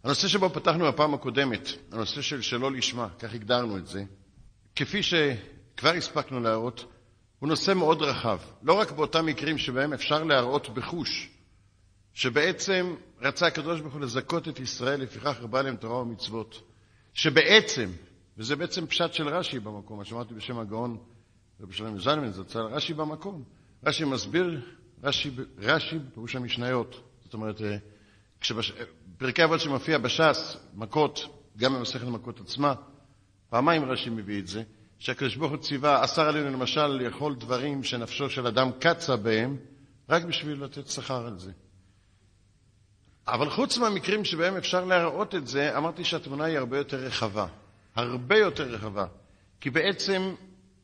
הנושא שבו פתחנו הפעם הקודמת, הנושא של שלא לשמה, כך הגדרנו את זה, כפי שכבר הספקנו להראות, הוא נושא מאוד רחב. לא רק באותם מקרים שבהם אפשר להראות בחוש, שבעצם רצה הקדוש ברוך הוא לזכות את ישראל, לפיכך הרבה להם תורה ומצוות. שבעצם, וזה בעצם פשט של רש"י במקום, מה שאמרתי בשם הגאון, ובשלם זלמן, זה צל רש"י במקום. רש"י מסביר, רש"י בפירוש המשניות. זאת אומרת, פרקי אבות שמופיע בש"ס, מכות, גם במסכת מכות עצמה, פעמיים רש"י מביא את זה, שהקדוש ברוך הוא ציווה, אסר עלינו למשל לאכול דברים שנפשו של אדם קצה בהם, רק בשביל לתת שכר על זה. אבל חוץ מהמקרים שבהם אפשר להראות את זה, אמרתי שהתמונה היא הרבה יותר רחבה. הרבה יותר רחבה. כי בעצם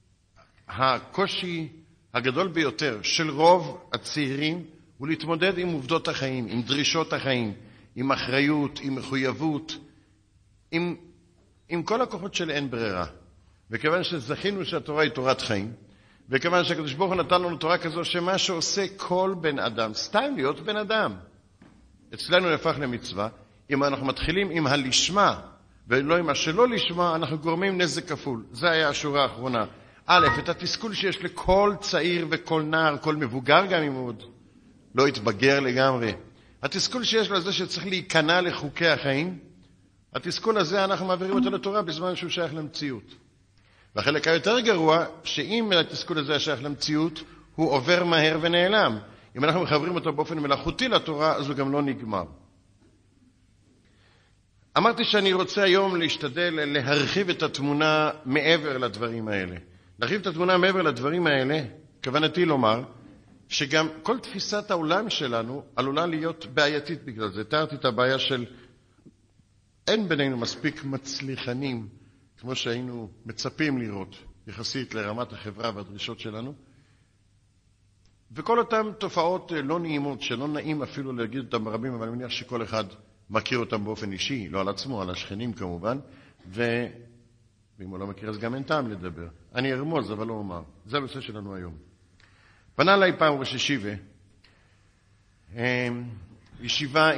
הקושי הגדול ביותר של רוב הצעירים הוא להתמודד עם עובדות החיים, עם דרישות החיים, עם אחריות, עם מחויבות, עם כל הכוחות של אין ברירה. וכיוון שזכינו שהתורה היא תורת חיים, וכיוון שהקדוש ברוך הוא נתן לנו תורה כזו שמה שעושה כל בן אדם, סתם להיות בן אדם, אצלנו נהפך למצווה. אם אנחנו מתחילים עם הלשמה ולא עם השלא לשמה, אנחנו גורמים נזק כפול. זה היה השורה האחרונה. א', את התסכול שיש לכל צעיר וכל נער, כל מבוגר גם אם הוא עוד לא התבגר לגמרי. התסכול שיש לו זה שצריך להיכנע לחוקי החיים, התסכול הזה אנחנו מעבירים אותו לתורה בזמן שהוא שייך למציאות. והחלק היותר גרוע, שאם התסכול הזה שייך למציאות, הוא עובר מהר ונעלם. אם אנחנו מחברים אותו באופן מלאכותי לתורה, אז הוא גם לא נגמר. אמרתי שאני רוצה היום להשתדל להרחיב את התמונה מעבר לדברים האלה. להרחיב את התמונה מעבר לדברים האלה, כוונתי לומר, שגם כל תפיסת העולם שלנו עלולה להיות בעייתית בגלל זה. תיארתי את הבעיה של אין בינינו מספיק מצליחנים, כמו שהיינו מצפים לראות, יחסית לרמת החברה והדרישות שלנו. וכל אותן תופעות לא נעימות, שלא נעים אפילו להגיד אותן ברבים, אבל אני מניח שכל אחד מכיר אותם באופן אישי, לא על עצמו, על השכנים כמובן, ואם הוא לא מכיר אז גם אין טעם לדבר. אני ארמוז, אבל לא אומר. זה הנושא שלנו היום. פנה אליי פעם ראש ישיבה, ישיבה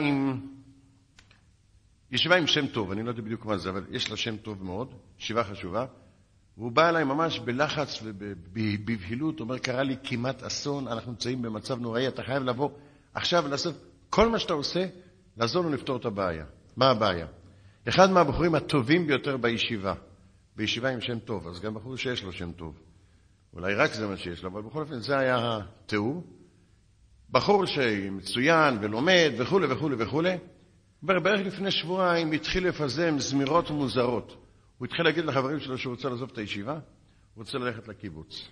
עם שם טוב, אני לא יודע בדיוק מה זה, אבל יש לה שם טוב מאוד, ישיבה חשובה, והוא בא אליי ממש בלחץ ובבהילות, אומר, קרה לי כמעט אסון, אנחנו נמצאים במצב נוראי, אתה חייב לבוא עכשיו ולעשות כל מה שאתה עושה, לעזור לנו לפתור את הבעיה. מה הבעיה? אחד מהבחורים הטובים ביותר בישיבה עם שם טוב, אז גם בחור שיש לו שם טוב. אולי רק זה מה שיש לו, אבל בכל אופן זה היה התיאור. בחור שמצוין ולומד וכו' וכו' וכו'. בערך לפני שבועיים התחיל לפזם זמירות מוזרות. הוא התחיל להגיד לחברים שלו שהוא רוצה לעזוב את הישיבה, הוא רוצה ללכת לקיבוץ.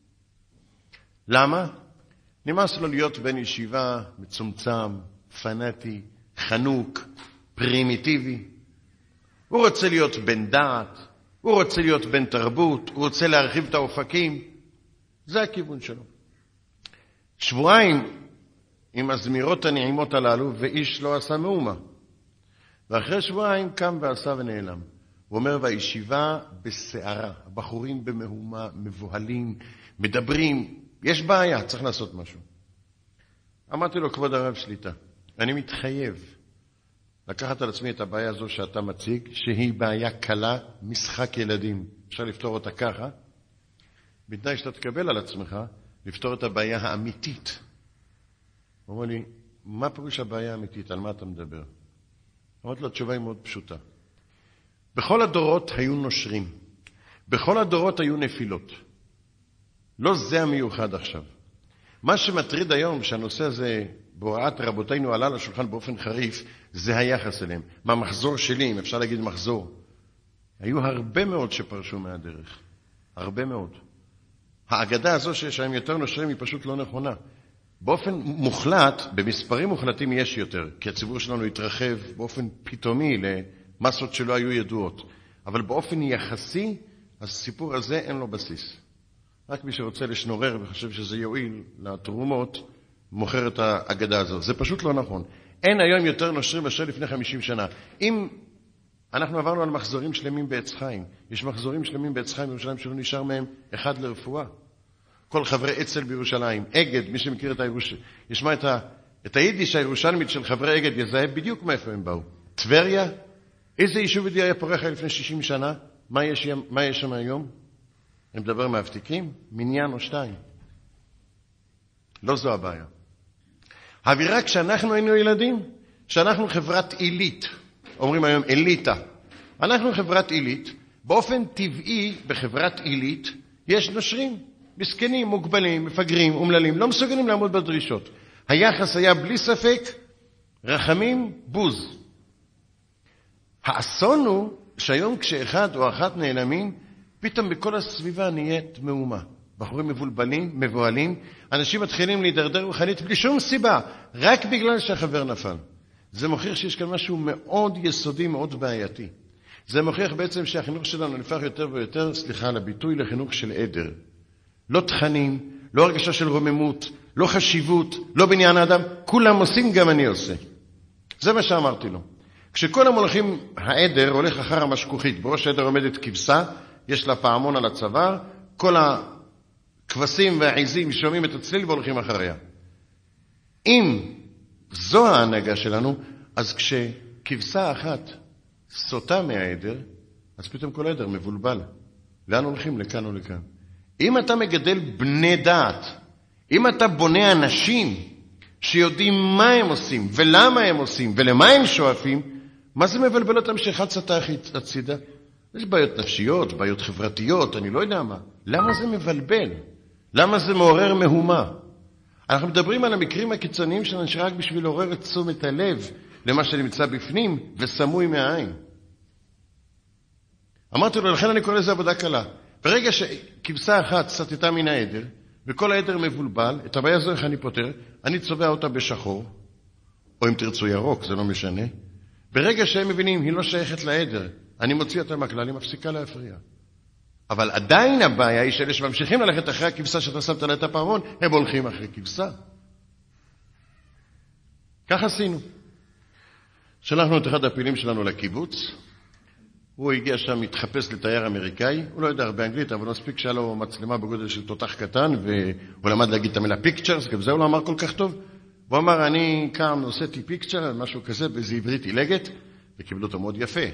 למה? נמאס לו להיות בן ישיבה מצומצם, פנאטי, חנוק, פרימיטיבי. הוא רוצה להיות בן דעת, הוא רוצה להיות בן תרבות, הוא רוצה להרחיב את האופקים. זה הכיוון שלו. שבועיים עם הזמירות הנעימות הללו, ואיש לא עשה מאומה. ואחרי שבועיים קם ועשה ונעלם. הוא אומר, והישיבה בסערה, הבחורים במהומה, מבוהלים, מדברים, יש בעיה, צריך לעשות משהו. אמרתי לו, כבוד הרב שליטה, אני מתחייב לקחת על עצמי את הבעיה הזו שאתה מציג, שהיא בעיה קלה, משחק ילדים. אפשר לפתור אותה ככה, בתנאי שאתה תקבל על עצמך, לפתור את הבעיה האמיתית. הוא אומר לי, מה פירוש הבעיה האמיתית? על מה אתה מדבר? אמרתי לו, התשובה היא מאוד פשוטה. בכל הדורות היו נושרים. בכל הדורות היו נפילות. לא זה המיוחד עכשיו. מה שמטריד היום, שהנושא הזה בהוראת רבותינו עלה לשולחן באופן חריף, זה היחס אליהם. מהמחזור שלי, אם אפשר להגיד מחזור, היו הרבה מאוד שפרשו מהדרך. הרבה מאוד. האגדה הזו שיש להם יותר נושרים היא פשוט לא נכונה. באופן מוחלט, במספרים מוחלטים יש יותר, כי הציבור שלנו התרחב באופן פתאומי למסות שלא היו ידועות. אבל באופן יחסי, הסיפור הזה אין לו בסיס. רק מי שרוצה לשנורר וחושב שזה יועיל לתרומות, מוכר את האגדה הזו. זה פשוט לא נכון. אין היום יותר נושרים מאשר לפני 50 שנה. אם אנחנו עברנו על מחזורים שלמים בעץ חיים, יש מחזורים שלמים בעץ חיים בירושלים שלא נשאר מהם אחד לרפואה. כל חברי אצ"ל בירושלים, אגד, מי שמכיר את ישמע את היידיש הירושלמית של חברי אגד, יזהה בדיוק מאיפה הם באו. טבריה? איזה יישוב יהודי היה פורח לפני 60 שנה? מה יש שם היום? אני מדבר מהבטיקים? מניין או שתיים. לא זו הבעיה. האווירה כשאנחנו היינו ילדים, שאנחנו חברת עילית, אומרים היום אליטה. אנחנו חברת עילית, באופן טבעי בחברת עילית יש נושרים, מסכנים, מוגבלים, מפגרים, אומללים, לא מסוגלים לעמוד בדרישות. היחס היה בלי ספק רחמים, בוז. האסון הוא שהיום כשאחד או אחת נעלמים, פתאום בכל הסביבה נהיית מהומה. בחורים מבולבלים, מבועלים, אנשים מתחילים להידרדר רוחנית בלי שום סיבה, רק בגלל שהחבר נפל. זה מוכיח שיש כאן משהו מאוד יסודי, מאוד בעייתי. זה מוכיח בעצם שהחינוך שלנו נפח יותר ויותר, סליחה על הביטוי, לחינוך של עדר. לא תכנים, לא הרגשה של רוממות, לא חשיבות, לא בניין האדם, כולם עושים, גם אני עושה. זה מה שאמרתי לו. כשכל המולכים, העדר הולך אחר המשכוכית, בראש העדר עומדת כבשה, יש לה פעמון על הצוואר, כל הכבשים והעיזים שומעים את הצליל והולכים אחריה. אם זו ההנהגה שלנו, אז כשכבשה אחת סוטה מהעדר, אז פתאום כל העדר מבולבל. לאן הולכים? לכאן או לכאן. אם אתה מגדל בני דעת, אם אתה בונה אנשים שיודעים מה הם עושים ולמה הם עושים ולמה הם שואפים, מה זה מבלבל אותם שאחד סטה הצידה? יש בעיות נפשיות, בעיות חברתיות, אני לא יודע מה. למה זה מבלבל? למה זה מעורר מהומה? אנחנו מדברים על המקרים הקיצוניים שלנו שרק בשביל לעורר את תשומת הלב למה שנמצא בפנים וסמוי מהעין. אמרתי לו, לכן אני קורא לזה עבודה קלה. ברגע שכבשה אחת סטתה מן העדר, וכל העדר מבולבל, את הבעיה הזו איך אני פותר? אני צובע אותה בשחור, או אם תרצו ירוק, זה לא משנה. ברגע שהם מבינים, היא לא שייכת לעדר, אני מוציא אותה מהכלל, היא מפסיקה להפריע. אבל עדיין הבעיה היא שאלה שממשיכים ללכת אחרי הכבשה שאתה שמת לה את הפעמון, הם הולכים אחרי כבשה. כך עשינו. שלחנו את אחד הפעילים שלנו לקיבוץ, הוא הגיע שם, התחפש לתייר אמריקאי, הוא לא יודע הרבה אנגלית, אבל מספיק שהיה לו מצלמה בגודל של תותח קטן, והוא למד להגיד את המילה פיקצ'רס, גם זה הוא לא אמר כל כך טוב. הוא אמר, אני כאן עושיתי פיקצ'ר, משהו כזה, באיזו עברית עילגת, וקיבלו אותו מאוד יפה.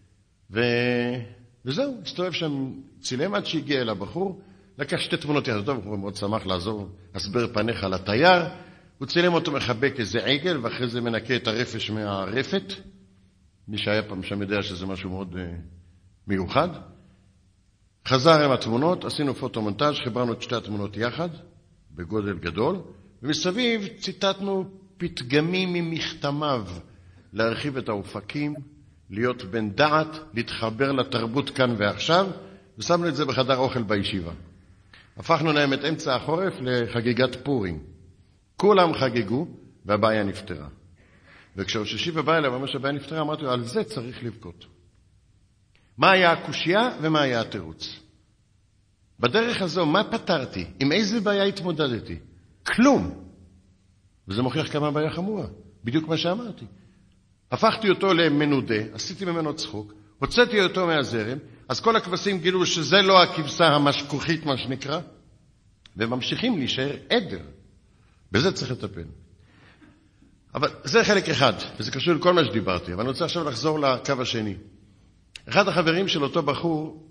וזהו, הסתובב שם, צילם עד שהגיע אל הבחור, לקח 2 תמונות יחד, טוב, הוא מאוד שמח לעזור, הסבר פניך לתייר, הוא צילם אותו מחבק איזה עגל, ואחרי זה מנקה את הרפש מהרפת, מי שהיה פעם שם יודע שזה משהו מאוד מיוחד. חזר עם התמונות, עשינו פוטומונטאז', חיברנו את 2 התמונות יחד, בגודל גדול, ומסביב ציטטנו פתגמים ממכתמיו, להרחיב את האופקים, להיות בן דעת, להתחבר לתרבות כאן ועכשיו, ושמנו את זה בחדר אוכל בישיבה. הפכנו להם את אמצע החורף לחגיגת פורים. כולם חגגו, והבעיה נפטרה. וכשהוששי ובא אליו, אמר שהבעיה נפטרה, אמרתי לו, על זה צריך לבכות. מה היה הקושיה ומה היה התירוץ? בדרך הזו, מה פתרתי? עם איזה בעיה התמודדתי? כלום. וזה מוכיח כמה בעיה חמורה. בדיוק מה שאמרתי. הפכתי אותו למנודה, עשיתי ממנו צחוק, הוצאתי אותו מהזרם, אז כל הכבשים גילו שזה לא הכבשה המשכוכית, מה שנקרא, וממשיכים להישאר עדר. בזה צריך לטפל. אבל זה חלק אחד, וזה קשור לכל מה שדיברתי, אבל אני רוצה עכשיו לחזור לקו השני. אחד החברים של אותו בחור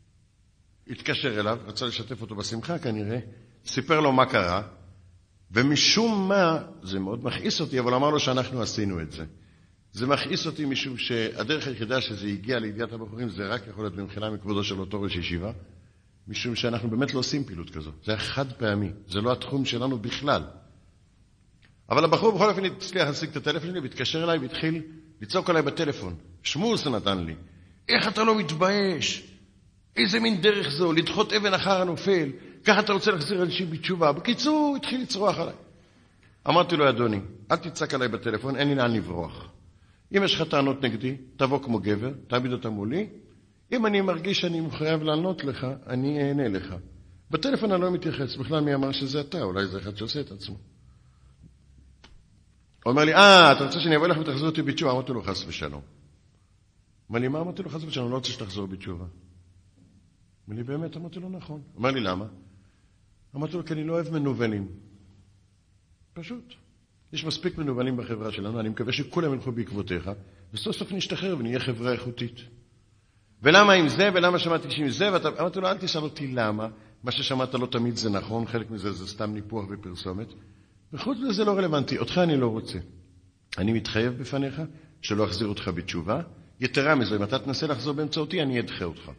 התקשר אליו, רצה לשתף אותו בשמחה כנראה, סיפר לו מה קרה, ומשום מה, זה מאוד מכעיס אותי, אבל אמר לו שאנחנו עשינו את זה. זה מכעיס אותי משום שהדרך היחידה שזה הגיע לידיעת הבחורים, זה רק יכול להיות במחילה מכבודו של אותו ראש ישיבה, משום שאנחנו באמת לא עושים פעילות כזו. זה חד פעמי, זה לא התחום שלנו בכלל. אבל הבחור בכל אופן הצליח להשיג את הטלפון שלי, והתקשר אליי והתחיל לצעוק עליי בטלפון. שמוס נתן לי. איך אתה לא מתבייש? איזה מין דרך זו? לדחות אבן אחר הנופל. ככה אתה רוצה להחזיר אנשים בתשובה. בקיצור, התחיל לצרוח עליי. אמרתי לו, אדוני, אל תצעק עליי בטלפון, אין לי לאן לברוח. אם יש לך טענות נגדי, תבוא כמו גבר, תעמיד אותה מולי. אם אני מרגיש שאני מחויב לענות לך, אני אענה לך. בטלפון אני לא מתייחס. בכלל מי אמר שזה אתה? אולי זה אחד שעושה את עצמו. הוא אומר לי, אתה רוצה שאני אבוא לך ותחזור אותי בתשובה? אמרתי לו, חס ושלום. אומר לי, מה אמרתי לו, חס ושלום? אני לא רוצה שתחזור בתשובה. אומר לי, באמת? אמרתי לו, נכון. אומר לי, למה? אמרתי לו, כי אני לא אוהב מנוולים. פשוט. יש מספיק מנוולים בחברה שלנו, אני מקווה שכולם ילכו בעקבותיך, וסוף סוף נשתחרר ונהיה חברה איכותית. ולמה עם זה, ולמה שמעתי שעם זה, ואמרתי לו, אל תשאל אותי למה, מה ששמעת לא תמיד זה נכון, חלק מזה זה סתם ניפוח ופרסומת, וחוץ לזה לא רלוונטי, אותך אני לא רוצה. אני מתחייב בפניך שלא אחזיר אותך בתשובה, יתרה מזו, אם אתה תנסה לחזור באמצעותי, אני אדחה אותך.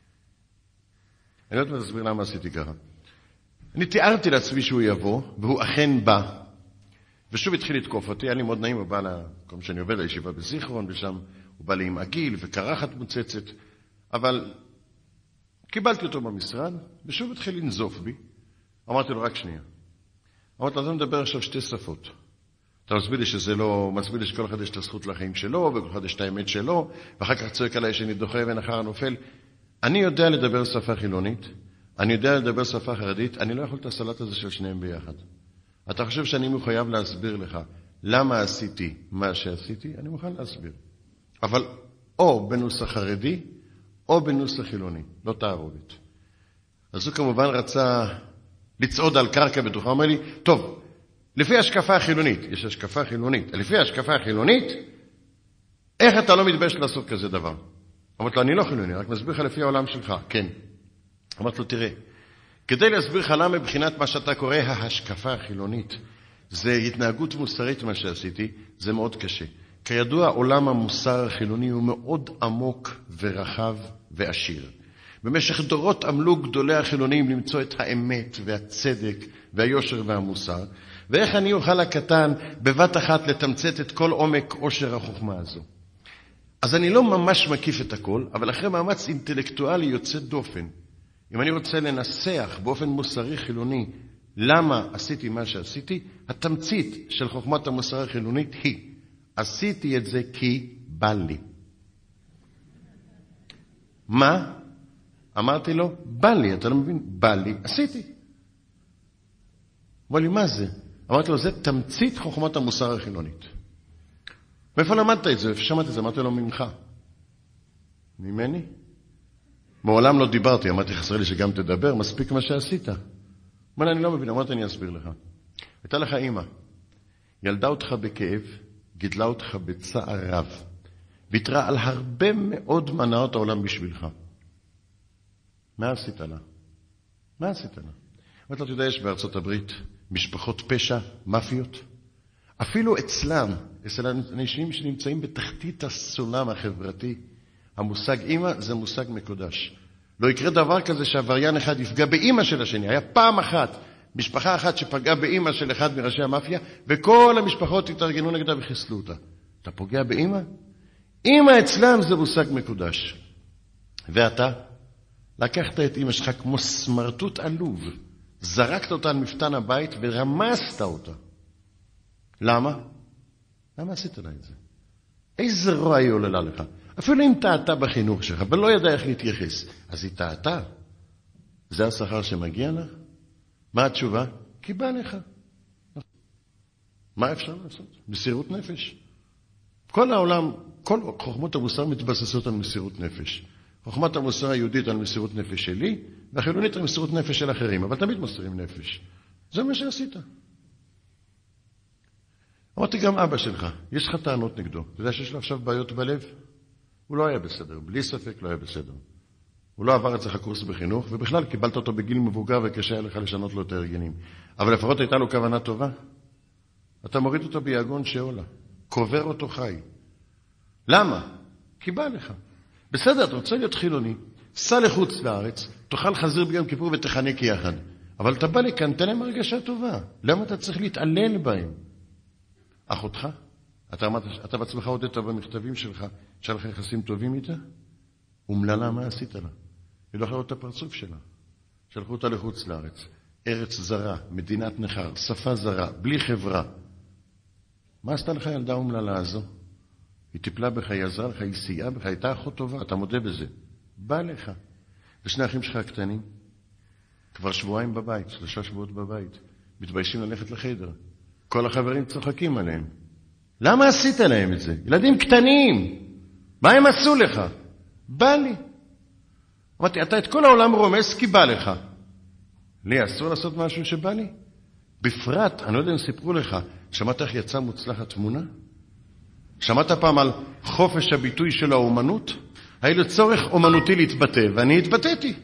אני לא תסביר למה עשיתי ככה. אני תיארתי לעצמי שהוא יבוא, והוא אכן בא, ושוב התחיל לתקוף אותי, היה לי מאוד נעים, הוא בא למקום שאני עובד, לישיבה בזיכרון, ושם הוא בא לי עם עגיל וקרחת מוצצת, אבל קיבלתי אותו במשרד, ושוב התחיל לנזוף בי. אמרתי לו, רק שנייה. אמרתי לו, אתה מדבר עכשיו שתי שפות. אתה מסביר לי שזה לא, מסביר לי שכל אחד יש את הזכות לחיים שלו, וכל אחד יש את האמת שלו, ואחר כך צועק עליי שאני דוחה אבן אחר הנופל. אני יודע לדבר שפה חילונית, אני יודע לדבר שפה חרדית, אני לא יכול את הסלט הזה של שניהם ביחד. אתה חושב שאני מחויב להסביר לך למה עשיתי מה שעשיתי? אני מוכן להסביר. אבל או בנוסח חרדי, או בנוסח חילוני, לא תערובת. אז הוא כמובן רצה לצעוד על קרקע בטוחה, אומר לי, טוב, לפי השקפה החילונית, יש השקפה חילונית, לפי השקפה החילונית, איך אתה לא מתבייש לעשות כזה דבר? אמרתי לו, אני לא חילוני, רק מסביר לך לפי העולם שלך. כן. אמרתי לו, תראה, כדי להסביר לך למה מבחינת מה שאתה קורא ההשקפה החילונית, זה התנהגות מוסרית מה שעשיתי, זה מאוד קשה. כידוע, עולם המוסר החילוני הוא מאוד עמוק ורחב ועשיר. במשך דורות עמלו גדולי החילונים למצוא את האמת והצדק והיושר והמוסר, ואיך אני אוכל הקטן בבת אחת לתמצת את כל עומק עושר החוכמה הזו. אז אני לא ממש מקיף את הכל, אבל אחרי מאמץ אינטלקטואלי יוצא דופן. אם אני רוצה לנסח באופן מוסרי חילוני למה עשיתי מה שעשיתי, התמצית של חוכמת המוסר החילונית היא, עשיתי את זה כי בא לי. מה? אמרתי לו, בא לי, אתה לא מבין? בא לי, עשיתי. אמר לי, מה זה? אמרתי לו, זה תמצית חוכמת המוסר החילונית. מאיפה למדת את זה? איפה שמעתי את זה? אמרתי לו, ממך. ממני? מעולם לא דיברתי, אמרתי, חסר לי שגם תדבר, מספיק מה שעשית. אמר לי, אני לא מבין, אמרתי, אני אסביר לך. הייתה לך אמא, ילדה אותך בכאב, גידלה אותך בצער רב, ויתרה על הרבה מאוד מנעות העולם בשבילך. מה עשית לה? מה עשית לה? אמרת לה, אתה יודע, יש בארצות הברית משפחות פשע, מאפיות. אפילו אצלם, אצל האנשים שנמצאים בתחתית הסולם החברתי, המושג אמא זה מושג מקודש. לא יקרה דבר כזה שעבריין אחד יפגע באמא של השני. היה פעם אחת, משפחה אחת שפגעה באמא של אחד מראשי המאפיה, וכל המשפחות התארגנו נגדה וחיסלו אותה. אתה פוגע באמא? אמא אצלם זה מושג מקודש. ואתה לקחת את אמא שלך כמו סמרטוט עלוב, זרקת אותה על מפתן הבית ורמסת אותה. למה? למה עשית לה את זה? איזה רוע היא עוללה לך? אפילו אם טעתה בחינוך שלך, ולא ידע איך להתייחס, אז היא טעתה. זה השכר שמגיע לך? מה התשובה? כי בא לך. מה אפשר לעשות? מסירות נפש. כל העולם, כל חוכמות המוסר מתבססות על מסירות נפש. חוכמת המוסר היהודית על מסירות נפש שלי, והחילונית על מסירות נפש של אחרים, אבל תמיד מוסרים נפש. זה מה שעשית. אמרתי גם אבא שלך, יש לך טענות נגדו. אתה יודע שיש לו עכשיו בעיות בלב? הוא לא היה בסדר, בלי ספק לא היה בסדר. הוא לא עבר אצלך קורס בחינוך, ובכלל קיבלת אותו בגיל מבוגר וקשה היה לך לשנות לו את ההרגלים. אבל לפחות הייתה לו כוונה טובה. אתה מוריד אותו ביגון שאולה, קובר אותו חי. למה? כי בא לך. בסדר, אתה רוצה להיות חילוני, סע לחוץ לארץ, תאכל חזיר ביום כיפור ותחנק יחד. אבל אתה בא לכאן, תן להם הרגשה טובה. למה אתה צריך להתעלל בהם? אחותך? אתה בעצמך הודית במכתבים שלך, שהיה לך יחסים טובים איתה? אומללה, מה עשית לה? היא לא יכולה לראות את הפרצוף שלה. שלחו אותה לחוץ לארץ. ארץ זרה, מדינת נחר, שפה זרה, בלי חברה. מה עשתה לך ילדה אומללה הזו? היא טיפלה בך, היא עזרה לך, היא סייעה בך, הייתה אחות טובה, אתה מודה בזה. בא לך. ושני אחים שלך הקטנים, כבר שבועיים בבית, 3 שבועות בבית, מתביישים ללכת לחדר. כל החברים צוחקים עליהם. למה עשית להם את זה? ילדים קטנים. מה הם עשו לך? בא לי. אמרתי, אתה את כל העולם רומס כי בא לך. לי אסור לעשות משהו שבא לי? בפרט, אני לא יודע אם סיפרו לך, שמעת איך יצא מוצלח התמונה? שמעת פעם על חופש הביטוי של האומנות? היה לו צורך אומנותי להתבטא, ואני התבטאתי.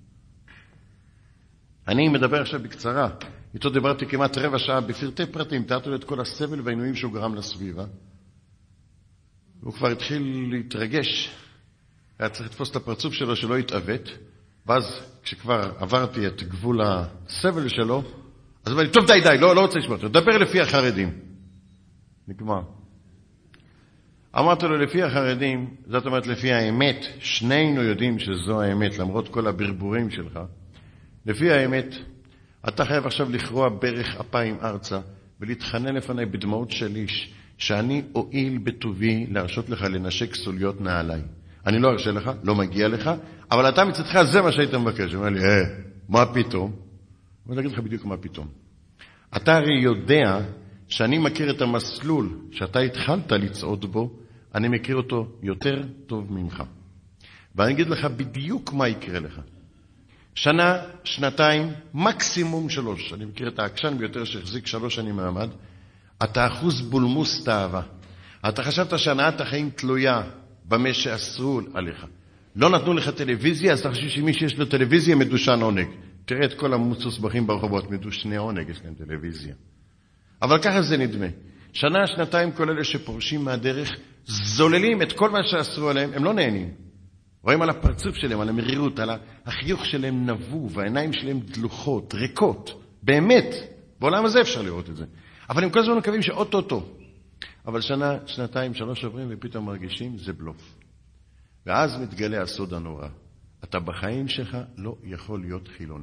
אני מדבר עכשיו בקצרה. איתו דיברתי כמעט רבע שעה בפרטי פרטים, תיארתי לו את כל הסבל והעינויים שהוא גרם לסביבה. הוא כבר התחיל להתרגש. היה צריך לתפוס את הפרצוף שלו שלא יתעוות, ואז כשכבר עברתי את גבול הסבל שלו, אז אמר לי, טוב די, לא רוצה לשמוע אותו, דבר לפי החרדים. נגמר. אמרתי לו, לפי החרדים, זאת אומרת לפי האמת, שנינו יודעים שזו האמת, למרות כל הברבורים שלך. לפי האמת, אתה חייב עכשיו לכרוע ברך אפיים ארצה, ולהתחנן לפני בדמעות של איש, שאני אועיל בטובי להרשות לך לנשק סוליות נעליי. אני לא ארשה לך, לא מגיע לך, אבל אתה מצדך, זה מה שהיית מבקש. הוא אומר לי, מה פתאום? אני אגיד לך בדיוק מה פתאום. אתה הרי יודע שאני מכיר את המסלול שאתה התחלת לצעוד בו, אני מכיר אותו יותר טוב ממך. ואני אגיד לך בדיוק מה יקרה לך. שנה, שנתיים, מקסימום 3. אני מכיר את העקשן ביותר שהחזיק 3 שנים מעמד. אתה אחוז בולמוס תאווה. אתה חשבת שהנעת החיים תלויה במה שאסרו עליך. לא נתנו לך טלוויזיה, אז אתה חושב שמי שיש לו טלוויזיה מדושן עונג. תראה את כל המוצוסבכים ברחובות, מדושני עונג, יש להם טלוויזיה. אבל ככה זה נדמה. שנה, שנתיים, כל אלה שפורשים מהדרך, זוללים את כל מה שאסרו עליהם, הם לא נהנים. רואים על הפרצוף שלהם, על המרירות, על החיוך שלהם נבוב, והעיניים שלהם דלוחות, ריקות. באמת, בעולם הזה אפשר לראות את זה. אבל הם כל הזמן מקווים שאוטוטו. אבל שנה, שנתיים, 3 עוברים, ופתאום מרגישים, זה בלוף. ואז מתגלה הסוד הנורא. אתה בחיים שלך לא יכול להיות חילוני.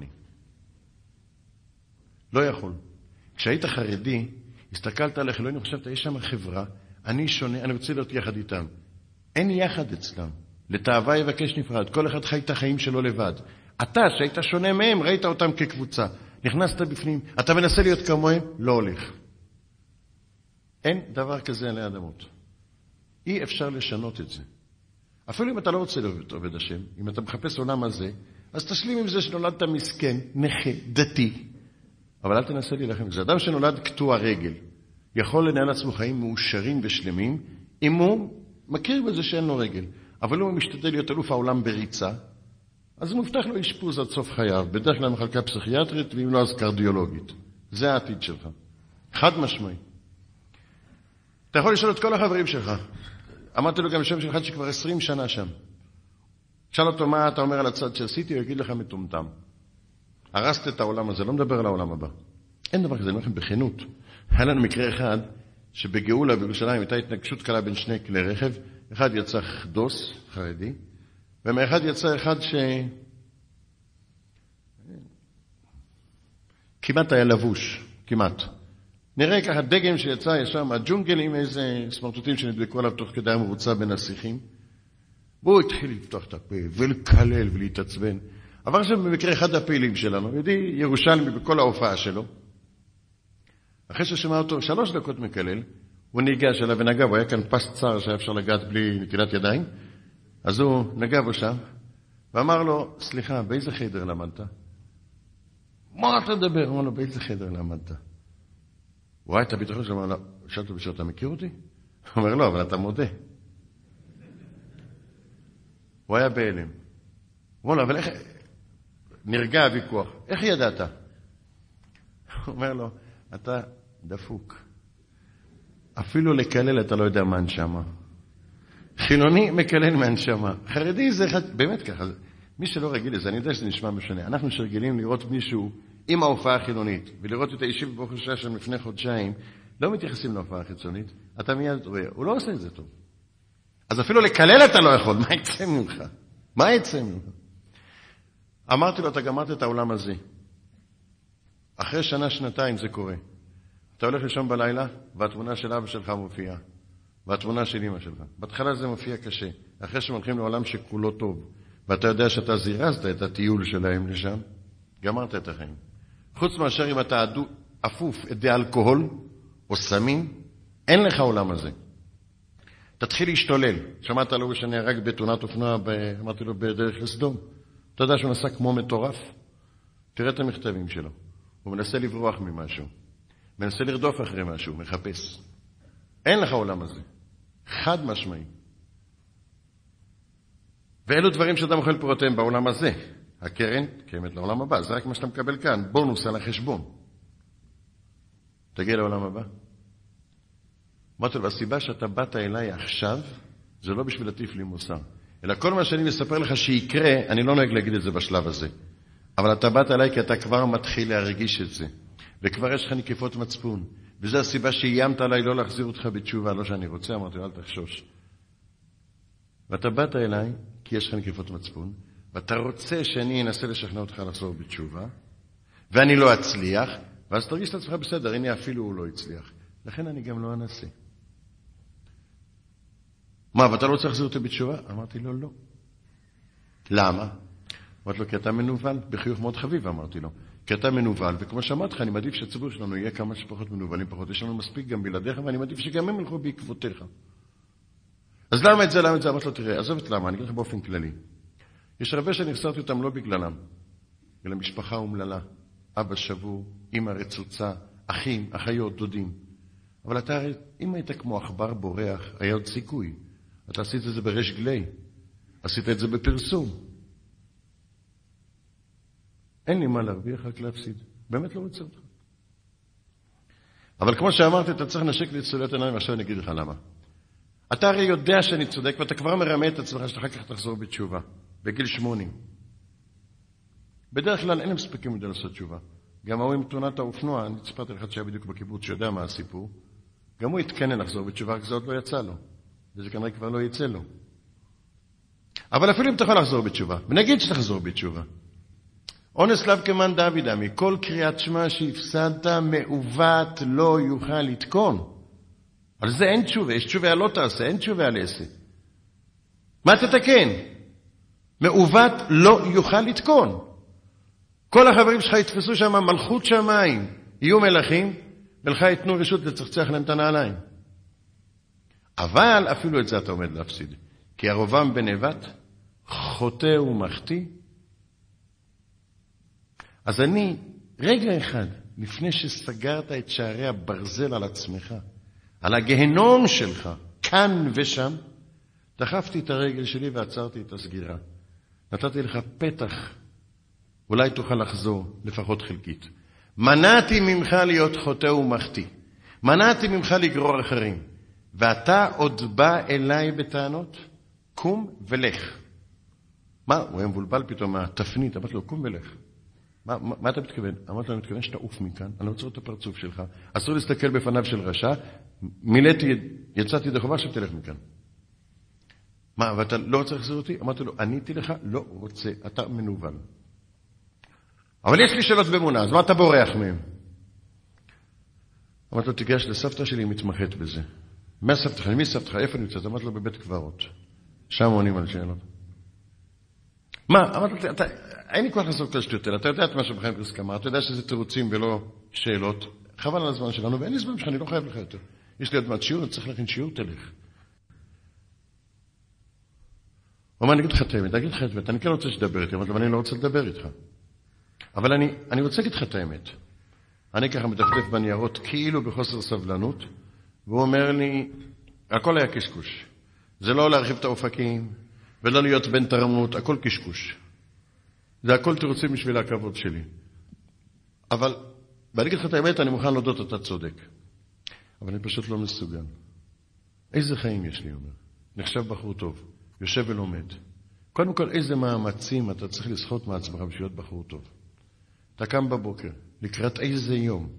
לא יכול. כשהיית חרדי, הסתכלת על החילונים, חשבת, יש שם חברה, אני שונה, אני רוצה להיות יחד איתם. אין יחד אצלם. לתאווה יבקש נפרד. כל אחד חי את החיים שלו לבד. אתה, שהיית שונה מהם, ראית אותם כקבוצה. נכנסת בפנים, אתה מנסה להיות כמוהם, לא הולך. אין דבר כזה עלי אדמות. אי אפשר לשנות את זה. אפילו אם אתה לא רוצה להיות עובד השם, אם אתה מחפש עולם הזה, אז תשלים עם זה שנולדת מסכן, נכה, דתי. אבל אל תנסה להילחם. זה אדם שנולד קטוע רגל. יכול לנהל עצמו חיים מאושרים ושלמים, אם הוא מכיר בזה שאין לו רגל. אבל הוא משתדל להיות אלוף העולם בריצה, אז הוא מובטח לו אשפוז עד סוף חייו, בדרך כלל מחלקה פסיכיאטרית, ואם לא אז קרדיולוגית. זה העתיד שלך. חד משמעי. אתה יכול לשאול את כל החברים שלך. אמרתי לו גם שם של אחד שכבר 20 שנה שם. שאל אותו מה אתה אומר על הצד שעשיתי, הוא יגיד לך מטומטם. הרסת את העולם הזה, לא מדבר על העולם הבא. אין דבר כזה, אני אומר לכם בכנות. היה לנו מקרה אחד, שבגאולה בירושלים הייתה התנגשות קלה בין 2 כלי רכב, אחד יצא דוס, חרדי, ומאחד יצא אחד כמעט היה לבוש, כמעט. נראה ככה דגם שיצא ישר מהג'ונגל עם איזה סמרטוטים שנדבקו עליו תוך כדי המרוצה בין השיחים. והוא התחיל לפתוח את הפה ולקלל ולהתעצבן. אבל עכשיו במקרה אחד הפעילים שלנו, ידי ירושלמי בכל ההופעה שלו, אחרי ששמע אותו 3 דקות מקלל, הוא ניגש אליו ונגע, הוא היה כאן פס צר שהיה אפשר לגעת בלי נטילת ידיים, אז הוא נגע בו שם, ואמר לו, סליחה, באיזה חדר למדת? מה אתה מדבר? הוא אמר לו, באיזה חדר למדת? הוא ראה את הביטחון שלו, אמר לו, שאלת בשביל, אתה מכיר אותי? הוא אומר, לא, אבל אתה מודה. הוא היה בהלם. הוא אומר לו, אבל איך... נרגע הוויכוח. איך ידעת? הוא אומר לו, אתה דפוק. אפילו לקלל אתה לא יודע מה הנשמה. חילוני מקלל מהנשמה. חרדי זה אחד, באמת ככה. מי שלא רגיל לזה, אני יודע שזה נשמע משנה. אנחנו שרגילים לראות מישהו עם ההופעה החילונית, ולראות את הישיב ברוך השעה שם לפני חודשיים, לא מתייחסים להופעה החיצונית, אתה מיד רואה, הוא לא עושה את זה טוב. אז אפילו לקלל אתה לא יכול, מה יצא ממך? מה יצא ממך? אמרתי לו, אתה גמרת את העולם הזה. אחרי שנה, שנתיים זה קורה. אתה הולך לישון בלילה, והתמונה של אבא שלך מופיעה, והתמונה של אמא שלך. בהתחלה זה מופיע קשה. אחרי שהם הולכים לעולם שכולו טוב, ואתה יודע שאתה זירזת את הטיול שלהם לשם, גמרת את החיים. חוץ מאשר אם אתה אפוף עדי אלכוהול או סמים, אין לך עולם הזה. תתחיל להשתולל. שמעת לו שנהרג בתאונת אופנוע, אמרתי לו, בדרך לסדום. אתה יודע שהוא נסע כמו מטורף? תראה את המכתבים שלו. הוא מנסה לברוח ממשהו. מנסה לרדוף אחרי משהו, מחפש. אין לך עולם הזה. חד משמעי. ואלו דברים שאתה אוכל פירותיהם בעולם הזה. הקרן קיימת לעולם הבא, זה רק מה שאתה מקבל כאן, בונוס על החשבון. תגיע לעולם הבא. אמרתי לו, הסיבה שאתה באת אליי עכשיו, זה לא בשביל להטיף לי מוסר. אלא כל מה שאני מספר לך שיקרה, אני לא נוהג להגיד את זה בשלב הזה. אבל אתה באת אליי כי אתה כבר מתחיל להרגיש את זה. וכבר יש לך נקיפות מצפון. וזו הסיבה שאיימת עליי לא להחזיר אותך בתשובה, לא שאני רוצה, אמרתי, אל תחשוש. ואתה באת אליי כי יש לך נקיפות מצפון, ואתה רוצה שאני אנסה לשכנע אותך לחזור בתשובה, ואני לא אצליח, ואז תרגיש את עצמך בסדר, הנה אפילו הוא לא הצליח. לכן אני גם לא אנסה. מה, ואתה לא רוצה להחזיר אותי בתשובה? אמרתי לו, לא. למה? אמרתי לו, כי אתה מנובל, בחיוך מאוד חביב, אמרתי לו. כי אתה מנובל, וכמו שאמרתי לך, אני מעדיף שהציבור שלנו יהיה כמה שפחות מנובלים פחות. יש לנו מספיק גם בלעדיך, ואני מעדיף שגם הם ילכו בעקבותיך. אז למה את זה? אמרתי לו, תראה, עזוב את למה, אני אגיד לך באופן כללי. יש הרבה שנכסרתי אותם לא בגללם, אלא משפחה אומללה, אבא שבור, אמא רצוצה, אחים, אחיות, דודים. אבל אתה הרי, אם היית כמו עכבר בורח, היה עוד סיכוי. אתה עשית את זה בריש גלי, עשית את זה בפרסום. אין לי מה להרוויח, רק להפסיד. באמת לא רוצה אותך. אבל כמו שאמרתי, אתה צריך לנשק לי את צוליות עיניים, עכשיו אני אגיד לך למה. אתה הרי יודע שאני צודק, ואתה כבר מרמה את עצמך שאתה אחר כך תחזור בתשובה, בגיל 80. בדרך כלל אין להם ספקים מדי לעשות תשובה. גם ההוא עם תאונת האופנוע, אני סיפרתי לך שהיה בדיוק בקיבוץ שיודע מה הסיפור, גם הוא התכנן לחזור בתשובה, רק זה עוד לא יצא לו. וזה כנראה כבר לא יצא לו. אבל אפילו אם אתה יכול לחזור בתשובה, ונגיד שתחזור בתשובה, אונס לב כמן דוד עמי, כל קריאת שמע שהפסדת מעוות לא יוכל לתקון. על זה אין תשובה, יש תשובה לא תעשה, אין תשובה על עשה. מה תתקן? מעוות לא יוכל לתקון. כל החברים שלך יתפסו שם מלכות שמיים, יהיו מלכים, ולך ייתנו רשות לצחצח להם את הנעליים. אבל אפילו את זה אתה עומד להפסיד. כי הרובם בנבט, חוטא ומחטיא. אז אני, רגע אחד, לפני שסגרת את שערי הברזל על עצמך, על הגהנום שלך, כאן ושם, דחפתי את הרגל שלי ועצרתי את הסגירה. נתתי לך פתח, אולי תוכל לחזור, לפחות חלקית. מנעתי ממך להיות חוטא ומחטיא. מנעתי ממך לגרור אחרים. ואתה עוד בא אליי בטענות? קום ולך. מה? הוא היה מבולבל פתאום מהתפנית. אמרתי לו, קום ולך. מה אתה מתכוון? אמרתי לו, אני מתכוון שתעוף מכאן. אני לא רוצה את הפרצוף שלך. אסור להסתכל בפניו של רשע. יצאתי דחובה, עכשיו תלך מכאן. מה, ואתה לא רוצה לחזור אותי? אמרתי לו, עניתי לך, לא רוצה. אתה מנובל. אבל יש לי שאלות באמונה, אז מה אתה בורח מהם? אמרתי לו, תיגש לסבתא שלי, היא מתמחת בזה. מה סבתך? מי סבתך? איפה נמצאת? אמרתי לו, בבית קברות. שם עונים על שאלות. מה? אמרתי לו, אין לי כוח לעשות כל שטויות, אתה יודע את מה שבחיים פרסקמה, אתה יודע שזה תירוצים ולא שאלות. חבל על הזמן שלנו, ואין לי זמן שלך, אני לא חייב לך יותר. יש לי עוד מעט שיעור, אני צריך להכין שיעור, תלך. הוא אומר, אני אגיד לך את האמת, אני כן רוצה שתדבר איתי, אבל אני לא רוצה לדבר איתך. אבל אני רוצה להגיד לך את האמת. אני ככה מדפדף בניירות כאילו בחוסר סבלנות, והוא אומר לי, הכל היה קשקוש. זה לא להרחיב את האופקים, ולא להיות בן תרמות, הכל קשקוש. זה הכל תירוצים בשביל הכבוד שלי. אבל, ואני אגיד לך את האמת, אני מוכן להודות, אתה צודק. אבל אני פשוט לא מסוגל. איזה חיים יש לי, אומר. נחשב בחור טוב, יושב ולומד. קודם כל, איזה מאמצים אתה צריך לסחוט מעצמך בשביל להיות בחור טוב. אתה קם בבוקר, לקראת איזה יום.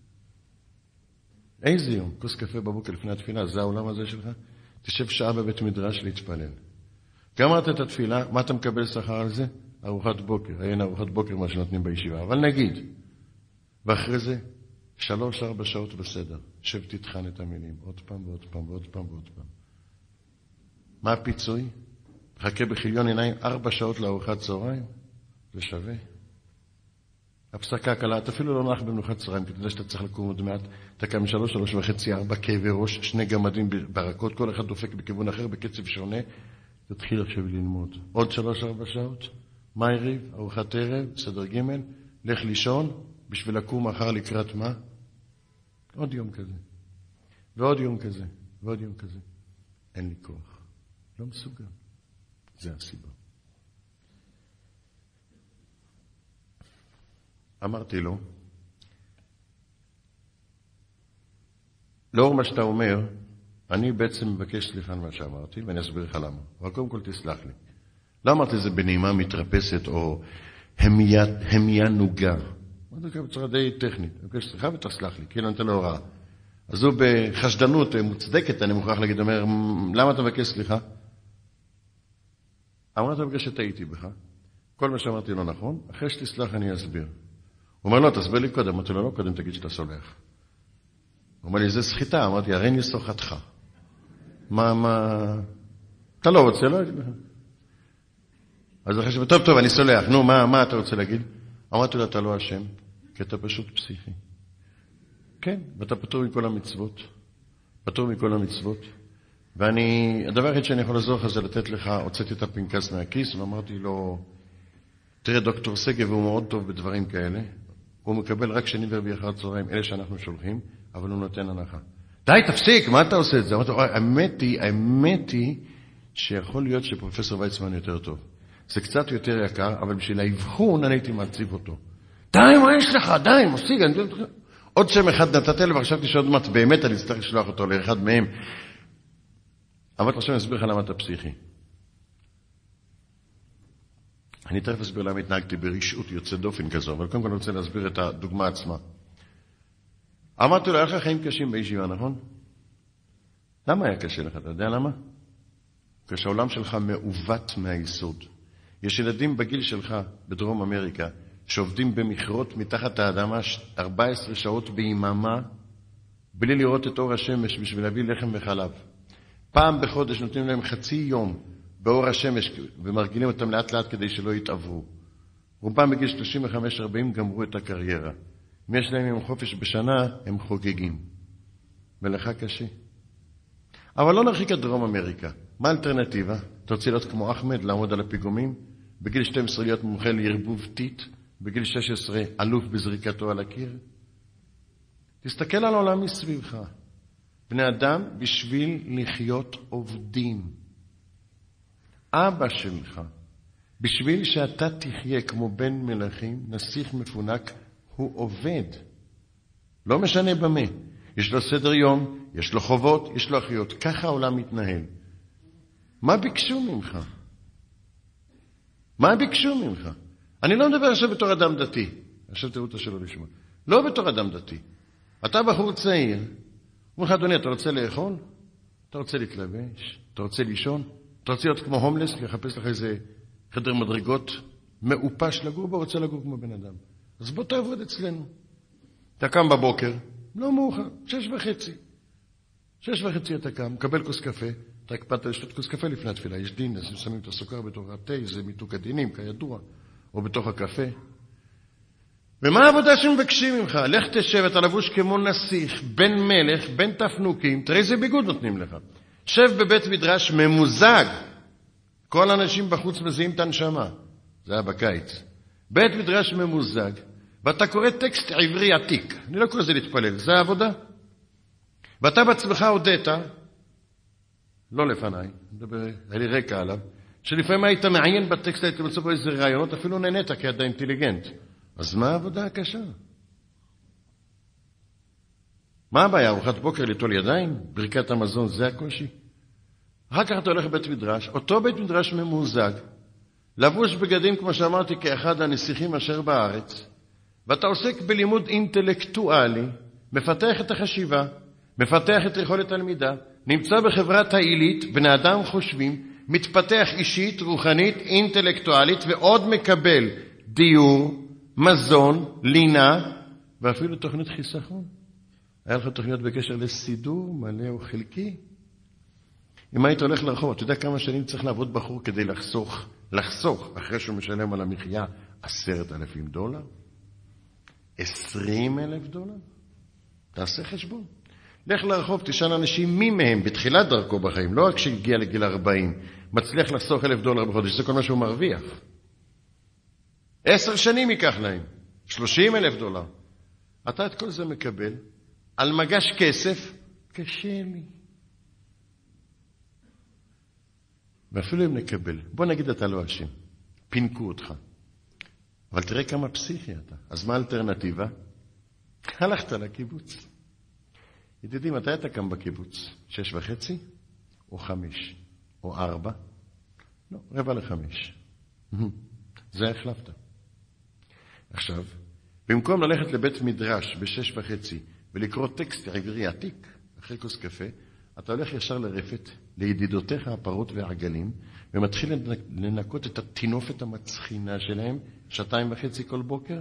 איזה יום? כוס קפה בבוקר לפני התפילה, זה העולם הזה שלך? תשב שעה בבית מדרש להתפלל. גמרת את התפילה, מה אתה מקבל שכר על זה? ארוחת בוקר, אין ארוחת בוקר מה שנותנים בישיבה, אבל נגיד. ואחרי זה, 3-4 שעות בסדר. שב תתחן את המילים, עוד פעם ועוד פעם ועוד פעם ועוד פעם. מה הפיצוי? חכה בחיליון עיניים 4 שעות לארוחת צהריים? זה שווה. הפסקה קלה, אתה אפילו לא נח במנוחת צהריים, כי אתה יודע שאתה צריך לקום עוד מעט, אתה קם 3.5, 4 כאבי ראש, 2 גמדים ברקות, כל אחד דופק בכיוון אחר, בקצב שונה, תתחיל עכשיו ללמוד. עוד 3-4 שעות, מה ערב, ארוחת ערב, סדר ג', לך לישון, בשביל לקום מחר לקראת מה? עוד יום כזה, ועוד יום כזה, ועוד יום כזה. אין לי כוח. לא מסוגל. זה הסיבה. אמרתי לו, לאור מה שאתה אומר, אני בעצם מבקש סליחה על מה שאמרתי, ואני אסביר לך למה. אבל קודם כל תסלח לי. לא אמרתי זה בנעימה מתרפסת או המיה נוגה. אמרתי לך בצורה די טכנית. אני מבקש סליחה ותסלח לי, כאילו אני נותן לו הוראה. אז הוא בחשדנות מוצדקת, אני מוכרח להגיד, אומר, למה אתה מבקש סליחה? אמרת בגלל שטעיתי בך. כל מה שאמרתי לא נכון, אחרי שתסלח אני אסביר. הוא אומר, לא, תסביר לי קודם. אמרתי לו, לא, קודם תגיד שאתה סולח. הוא אומר לי, זה סחיטה. אמרתי, הרי אני סוחתך. מה? אתה לא רוצה, לא? אז אחרי טוב, אני סולח. נו, מה אתה רוצה להגיד? אמרתי לו, אתה לא אשם, כי אתה פשוט פסיכי. כן, ואתה פטור מכל המצוות. פטור מכל המצוות. הדבר היחיד שאני יכול לעזור לך זה לתת לך, הוצאתי את הפנקס מהכיס, ואמרתי לו, תראה, דוקטור סגב הוא מאוד טוב בדברים כאלה. הוא מקבל רק שני ורביעי אחר הצהריים, אלה שאנחנו שולחים, אבל הוא נותן הנחה. די, תפסיק, מה אתה עושה את זה? אמרתי לו, האמת היא שיכול להיות שפרופסור ויצמן יותר טוב. זה קצת יותר יקר, אבל בשביל האבחון אני הייתי מעציב אותו. די, מה יש לך? די, מוסיק. עוד שם אחד נתתי לו, וחשבתי שעוד מעט באמת אני אצטרך לשלוח אותו לאחד מהם. אמרתי עכשיו, אני אסביר לך למה אתה פסיכי. אני תכף אסביר למה התנהגתי ברשעות יוצא דופן כזו, אבל קודם כל אני רוצה להסביר את הדוגמה עצמה. אמרתי לו, היה לך חיים קשים בישיבה, נכון? למה היה קשה לך? אתה יודע למה? כשהעולם שלך מעוות מהיסוד. יש ילדים בגיל שלך בדרום אמריקה שעובדים במכרות מתחת האדמה 14 שעות ביממה בלי לראות את אור השמש בשביל להביא לחם וחלב. פעם בחודש נותנים להם חצי יום באור השמש ומרגילים אותם לאט לאט כדי שלא יתעברו. רובם בגיל 35-40 גמרו את הקריירה. אם יש להם יום חופש בשנה, הם חוגגים. ולך קשה. אבל לא נרחיק את דרום אמריקה. מה האלטרנטיבה? אתה רוצה להיות כמו אחמד, לעמוד על הפיגומים? בגיל 12 להיות מומחה לערבוב טיט? בגיל 16 אלוף בזריקתו על הקיר? תסתכל על העולם מסביבך. בני אדם בשביל לחיות עובדים. אבא שלך, בשביל שאתה תחיה כמו בן מלכים, נסיך מפונק, הוא עובד. לא משנה במה. יש לו סדר יום, יש לו חובות, יש לו אחיות. ככה העולם מתנהל. מה ביקשו ממך? מה ביקשו ממך? אני לא מדבר עכשיו בתור אדם דתי. עכשיו תראו את השאלה לשמוע. לא בתור אדם דתי. אתה בחור צעיר. אומר לך, אדוני, אתה רוצה לאכול? אתה רוצה להתלבש? אתה רוצה לישון? אתה רוצה להיות כמו הומלס, לחפש לך איזה חדר מדרגות מאופש לגור בו, רוצה לגור כמו בן אדם. אז בוא תעבוד אצלנו. אתה קם בבוקר, לא מאוחר, 6:30. 6:30 אתה קם, מקבל כוס קפה, אתה הקפדת לשתות כוס קפה לפני התפילה, יש דין, אז שמים את הסוכר בתוך התה, זה מיתוק הדינים, כידוע, או בתוך הקפה. ומה העבודה שמבקשים ממך? לך תשב, אתה לבוש כמו נסיך, בן מלך, בן תפנוקים, תראה איזה ביגוד נותנים לך. שב בבית מדרש ממוזג. כל האנשים בחוץ מזיעים את הנשמה. זה היה בקיץ. בית מדרש ממוזג, ואתה קורא טקסט עברי עתיק. אני לא קורא זה להתפלל, זה העבודה. ואתה בעצמך הודית, לא לפניי, היה לי רקע עליו, שלפעמים היית מעיין בטקסט, היית מצא בו איזה רעיונות, אפילו נהנית כי אתה אינטליגנט. אז מה העבודה הקשה? מה הבעיה? ארוחת בוקר ליטול ידיים? ברכת המזון, זה הקושי? אחר כך אתה הולך לבית מדרש, אותו בית מדרש ממוזג, לבוש בגדים, כמו שאמרתי, כאחד הנסיכים אשר בארץ, ואתה עוסק בלימוד אינטלקטואלי, מפתח את החשיבה, מפתח את יכולת הלמידה, נמצא בחברת העילית, בני אדם חושבים, מתפתח אישית, רוחנית, אינטלקטואלית, ועוד מקבל דיור, מזון, לינה, ואפילו תוכנית חיסכון. היה לך תוכניות בקשר לסידור, מלא או חלקי? אם היית הולך לרחוב, אתה יודע כמה שנים צריך לעבוד בחור כדי לחסוך, אחרי שהוא משלם על המחיה $10,000? $20,000? תעשה חשבון. לך לרחוב, תשאל אנשים מי מהם בתחילת דרכו בחיים, לא רק שהגיע לגיל 40, מצליח לחסוך $1,000 בחודש, זה כל מה שהוא מרוויח. 10 שנים ייקח להם, $30,000. אתה את כל זה מקבל, על מגש כסף, קשה לי. ואפילו אם נקבל, בוא נגיד אתה לא אשם, פינקו אותך. אבל תראה כמה פסיכי אתה. אז מה האלטרנטיבה? הלכת לקיבוץ. ידידי, מתי אתה קם בקיבוץ? 6:30? או 5? או 4? לא, 4:45. זה החלפת. עכשיו, במקום ללכת לבית מדרש ב6:30 ולקרוא טקסט עברי עתיק אחרי כוס קפה, אתה הולך ישר לרפת, לידידותיך הפרות והעגלים, ומתחיל לנקות את התינופת המצחינה שלהם 2.5 כל בוקר?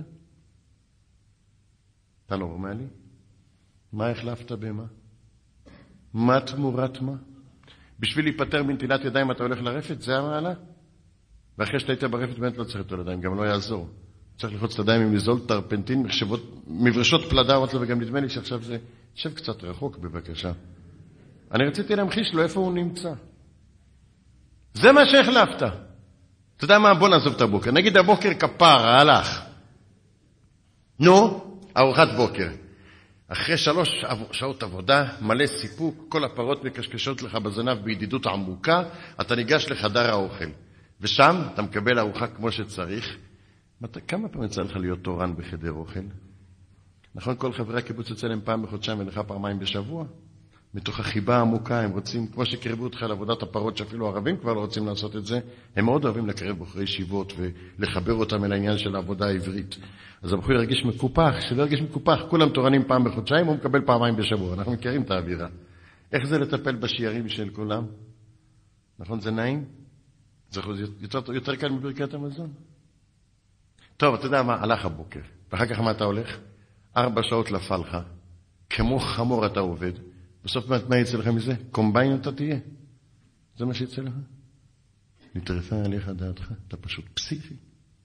אתה נורמלי? מה החלפת במה? מה תמורת מה? בשביל להיפטר מנטילת ידיים אתה הולך לרפת? זה המעלה? ואחרי שאתה היית ברפת באמת לא צריך את הידיים, גם לא יעזור. צריך לחוץ את הידיים עם ליזול, טרפנטין, מברשות פלדה, וגם נדמה לי שעכשיו זה... שב קצת רחוק בבקשה. אני רציתי להמחיש לו איפה הוא נמצא. זה מה שהחלפת. אתה יודע מה? בוא נעזוב את הבוקר. נגיד הבוקר כפרה, הלך. נו, ארוחת בוקר. אחרי 3 שעות עבודה, מלא סיפוק, כל הפרות מקשקשות לך בזנב בידידות עמוקה, אתה ניגש לחדר האוכל. ושם אתה מקבל ארוחה כמו שצריך. כמה פעמים יצא לך להיות תורן בחדר אוכל? נכון, כל חברי הקיבוץ יוצא להם פעם בחודשיים ולך פעמיים בשבוע? מתוך החיבה העמוקה, הם רוצים, כמו שקרבו אותך לעבודת הפרות, שאפילו ערבים כבר לא רוצים לעשות את זה, הם מאוד אוהבים לקרב בחורי ישיבות ולחבר אותם אל העניין של העבודה העברית. אז הבחור ירגיש מקופח, שלא ירגיש מקופח, כולם תורנים פעם בחודשיים, הוא מקבל פעמיים בשבוע, אנחנו מכירים את האווירה. איך זה לטפל בשיירים של כולם? נכון, זה נעים? זה יותר קל מברכת המזון? טוב, אתה יודע מה, הלך הבוקר, ואחר כך מה אתה הולך? 4 שעות לפלחה, כמו חמור אתה עובד, בסוף מה יצא לך מזה? קומביין אתה תהיה. זה מה שיצא לך? נטרפה עליך דעתך, אתה פשוט פסיכי.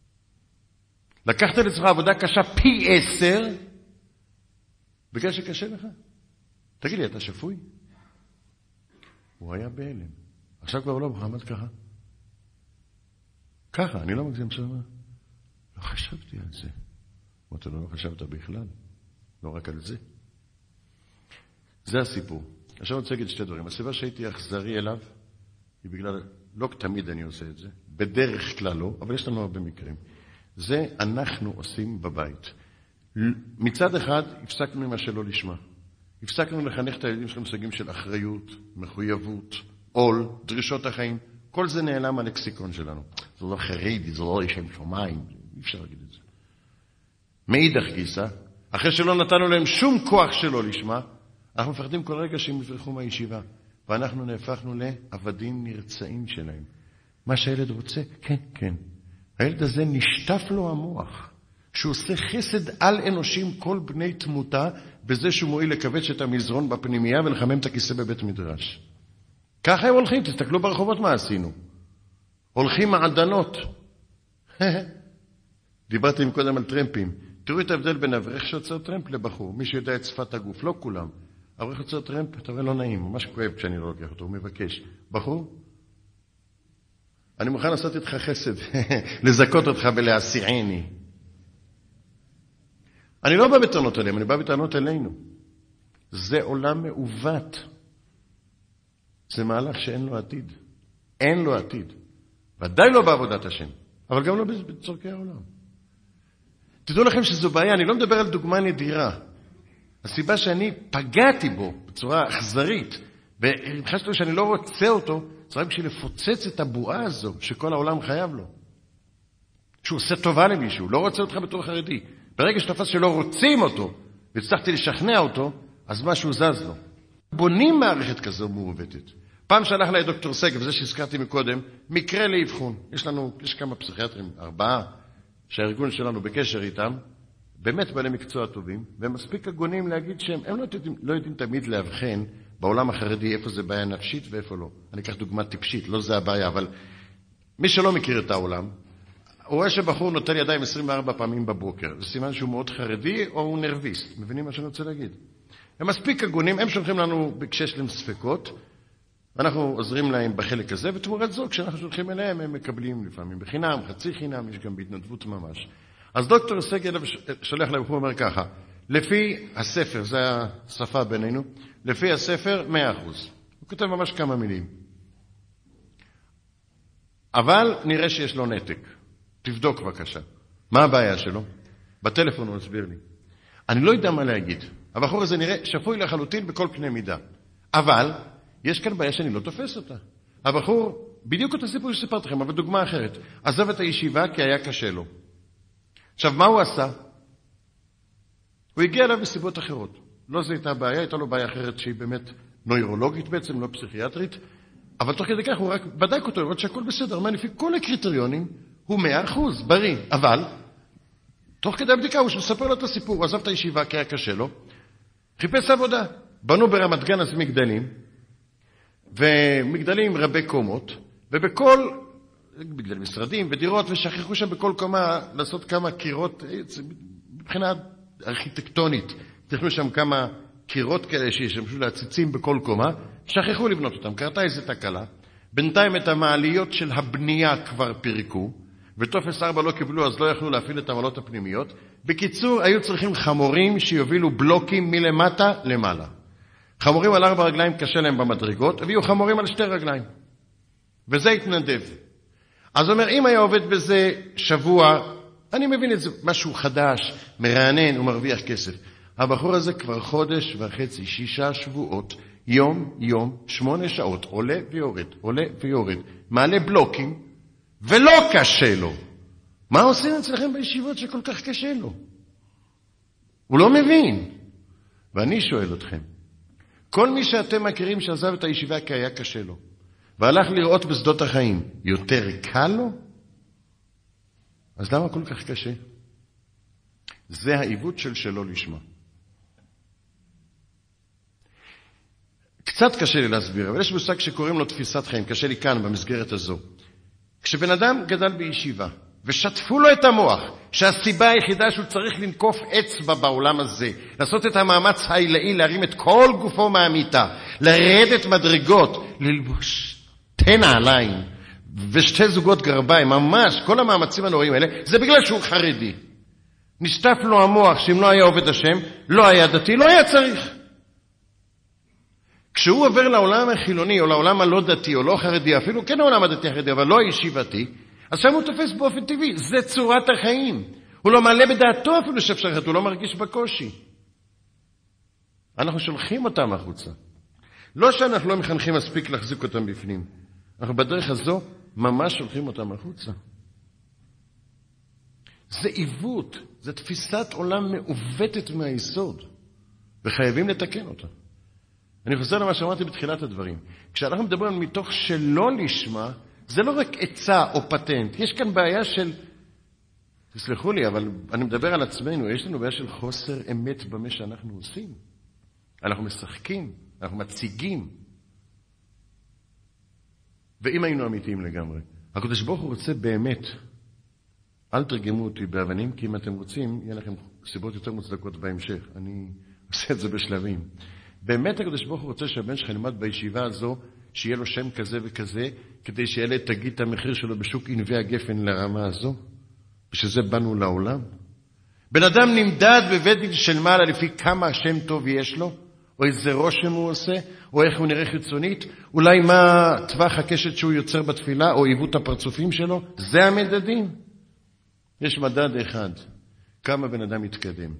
לקחת לעצמך עבודה קשה פי 10, בגלל שקשה לך. תגיד לי, אתה שפוי? הוא היה בהלם. עכשיו כבר לא בחמד ככה. ככה, אני לא מגזים שמה. לא חשבתי על זה. אמרתי לו, לא חשבת בכלל. לא רק על זה. זה הסיפור. עכשיו אני רוצה להגיד 2 דברים. הסיבה שהייתי אכזרי אליו, היא בגלל, לא תמיד אני עושה את זה, בדרך כלל לא, אבל יש לנו הרבה מקרים. זה אנחנו עושים בבית. מצד אחד, הפסקנו עם מה שלא לשמה. הפסקנו לחנך את הילדים שלנו מושגים של אחריות, מחויבות, עול, דרישות החיים. כל זה נעלם מהלקסיקון שלנו. זה לא חרדי, זה לא לשם שמיים. אי אפשר להגיד את זה. מאידך גיסא, אחרי שלא נתנו להם שום כוח שלא לשמה, אנחנו מפחדים כל רגע שהם יברחו מהישיבה, ואנחנו נהפכנו לעבדים נרצאים שלהם. מה שהילד רוצה, כן, כן. הילד הזה נשטף לו המוח, שהוא עושה חסד על אנושים כל בני תמותה, בזה שהוא מועיל לקבץ את המזרון בפנימייה ולחמם את הכיסא בבית מדרש. ככה הם הולכים, תסתכלו ברחובות מה עשינו. הולכים מעדנות. דיברתי עם קודם על טרמפים. תראו את ההבדל בין אברך שעוצר טרמפ לבחור. מי שיודע את שפת הגוף, לא כולם. אברך עוצר טרמפ, אתה רואה לא נעים, ממש כואב כשאני לא לוקח אותו, הוא מבקש. בחור? אני מוכן לעשות איתך חסד, לזכות אותך בלהסיעני. אני לא בא בטענות אליהם, אני בא בטענות אלינו. זה עולם מעוות. זה מהלך שאין לו עתיד. אין לו עתיד. ודאי לא בעבודת השם, אבל גם לא בצורכי העולם. תדעו לכם שזו בעיה, אני לא מדבר על דוגמה נדירה. הסיבה שאני פגעתי בו בצורה אכזרית, וחשבתי שאני לא רוצה אותו, זה רק בשביל לפוצץ את הבועה הזו שכל העולם חייב לו. שהוא עושה טובה למישהו, לא רוצה אותך בתור חרדי. ברגע שתפס שלא רוצים אותו, והצלחתי לשכנע אותו, אז משהו זז לו. בונים מערכת כזו מעוותת. פעם שהלך לי דוקטור סגב, זה שהזכרתי מקודם, מקרה לאבחון. יש כמה פסיכיאטרים, 4, שהארגון שלנו בקשר איתם, באמת בעלי מקצוע טובים, והם מספיק הגונים להגיד שהם לא יודעים תמיד להבחן בעולם החרדי איפה זה בעיה נפשית ואיפה לא. אני אקח דוגמה טיפשית, לא זה הבעיה, אבל מי שלא מכיר את העולם, הוא רואה שבחור נוטל ידיים 24 פעמים בבוקר. זה סימן שהוא מאוד חרדי או הוא נרביסט. מבינים מה שאני רוצה להגיד? הם מספיק הגונים, הם שולחים לנו כשיש להם ספקות, ואנחנו עוזרים להם בחלק הזה, ותמורת זו, כשאנחנו שולחים אליהם, הם מקבלים לפעמים בחינם, חצי חינם, יש גם בהתנדבות ממש. אז דוקטור סגל שולח להם, הוא אומר ככה, לפי הספר, זה השפה בינינו, לפי הספר 100%. הוא כותב ממש כמה מילים. אבל נראה שיש לו נתק. תבדוק בבקשה. מה הבעיה שלו? בטלפון הוא הסביר לי. אני לא יודע מה להגיד. הבחור הזה נראה שפוי לחלוטין בכל קנה מידה. אבל יש כאן בעיה שאני לא תופס אותה. הבחור, בדיוק אותו סיפור שסיפרתי לכם, אבל דוגמה אחרת. עזב את הישיבה כי היה קשה לו. עכשיו, מה הוא עשה? הוא הגיע אליו בסיבות אחרות. לא זו הייתה בעיה, הייתה לו בעיה אחרת שהיא באמת נוירולוגית בעצם, לא פסיכיאטרית. אבל תוך כדי כך הוא רק בדק אותו, לראות שהכל בסדר. אומר, לפי כל הקריטריונים, הוא 100% בריא. אבל, תוך כדי הבדיקה הוא מספר לו את הסיפור. הוא עזב את הישיבה כי היה קשה לו. חיפש עבודה. בנו ברמת גן אז מגדלים, ומגדלים רבי קומות, ובכל, בגלל משרדים ודירות, ושכחו שם בכל קומה לעשות כמה קירות, מבחינה ארכיטקטונית, תכנו שם כמה קירות כאלה שישמשו להציצים בכל קומה, שכחו לבנות אותם, קרתה איזו תקלה, בינתיים את המעליות של הבנייה כבר פירקו, וטופס 4 לא קיבלו, אז לא יכלו להפעיל את המעלות הפנימיות. בקיצור, היו צריכים חמורים שיובילו בלוקים מלמטה למעלה. חמורים על 4 רגליים קשה להם במדרגות, הביאו חמורים על 2 רגליים. וזה התנדב. אז אומר, אם היה עובד בזה שבוע, אני מבין את זה, משהו חדש, מרענן, הוא מרוויח כסף. הבחור הזה כבר 1.5 חודש, 6 שבועות, יום, 8 שעות, עולה ויורד, מעלה בלוקים, ולא קשה לו. מה עושים אצלכם בישיבות שכל כך קשה לו? הוא לא מבין. ואני שואל אתכם, כל מי שאתם מכירים שעזב את הישיבה כי היה קשה לו, והלך לראות בשדות החיים, יותר קל לו? אז למה כל כך קשה? זה העיוות של שלא לשמה. קצת קשה לי להסביר, אבל יש מושג שקוראים לו תפיסת חיים, קשה לי כאן במסגרת הזו. כשבן אדם גדל בישיבה, ושטפו לו את המוח, שהסיבה היחידה שהוא צריך לנקוף אצבע בעולם הזה, לעשות את המאמץ העילאי, להרים את כל גופו מהמיטה, לרדת מדרגות, ללבוש 2 נעליים, ו2 זוגות גרביים, ממש, כל המאמצים הנוראים האלה, זה בגלל שהוא חרדי. נשטף לו המוח, שאם לא היה עובד השם, לא היה דתי, לא היה צריך. כשהוא עובר לעולם החילוני, או לעולם הלא דתי, או לא חרדי, אפילו כן העולם הדתי החרדי, אבל לא ישיבתי, אז שם הוא תופס באופן טבעי, זה צורת החיים. הוא לא מעלה בדעתו אפילו שאפשר אחרת, הוא לא מרגיש בקושי. אנחנו שולחים אותם החוצה. לא שאנחנו לא מחנכים מספיק להחזיק אותם בפנים. אנחנו בדרך הזו ממש שולחים אותם החוצה. זה עיוות, זה תפיסת עולם מעוותת מהיסוד, וחייבים לתקן אותה. אני חוזר למה שאמרתי בתחילת הדברים. כשאנחנו מדברים מתוך שלא לשמה, זה לא רק עצה או פטנט. יש כאן בעיה של, תסלחו לי, אבל אני מדבר על עצמנו, יש לנו בעיה של חוסר אמת במה שאנחנו עושים. אנחנו משחקים, אנחנו מציגים. ואם היינו אמיתיים לגמרי, הקדוש ברוך הוא רוצה באמת, אל תרגמו אותי באבנים, כי אם אתם רוצים, יהיה לכם סיבות יותר מוצדקות בהמשך. אני עושה את זה בשלבים. באמת הקדוש ברוך הוא רוצה שהבן שלך ילמד בישיבה הזו, שיהיה לו שם כזה וכזה, כדי שילד תגיד את המחיר שלו בשוק ענבי הגפן לרמה הזו. ושזה באנו לעולם. בן אדם נמדד בבית דין של מעלה לפי כמה השם טוב יש לו, או איזה רושם הוא עושה, או איך הוא נראה חיצונית, אולי מה טווח הקשת שהוא יוצר בתפילה, או עיוות הפרצופים שלו. זה המדדים. יש מדד אחד, כמה בן אדם מתקדם.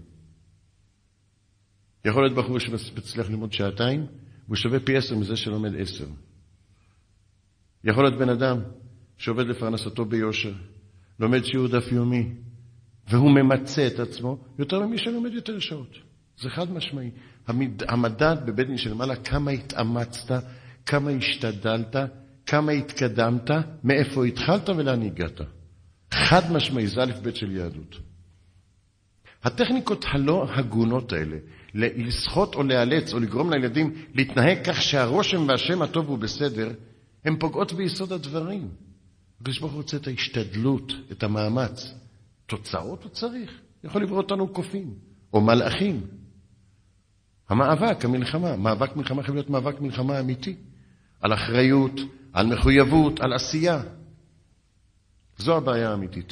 יכול להיות בחור שמצליח ללמוד 2 שעתיים, והוא שווה פי 10 מזה שלומד 10. יכול להיות בן אדם שעובד לפרנסתו ביושר, לומד שיעור דף יומי, והוא ממצא את עצמו יותר ממי שלומד יותר שעות. זה חד משמעי. המדד בבית דין של מעלה, כמה התאמצת, כמה השתדלת, כמה התקדמת, מאיפה התחלת ולאן הגעת. חד משמעי, זה א' ב' של יהדות. הטכניקות הלא הגונות האלה, לסחוט או לאלץ או לגרום לילדים להתנהג כך שהרושם והשם הטוב הוא בסדר, הן פוגעות ביסוד הדברים. הקדוש ברוך הוא רוצה את ההשתדלות, את המאמץ. תוצאות הוא צריך. יכול לברוא אותנו קופים או מלאכים. המאבק, המלחמה, מאבק מלחמה חייב להיות מאבק מלחמה אמיתי. על אחריות, על מחויבות, על עשייה. זו הבעיה האמיתית.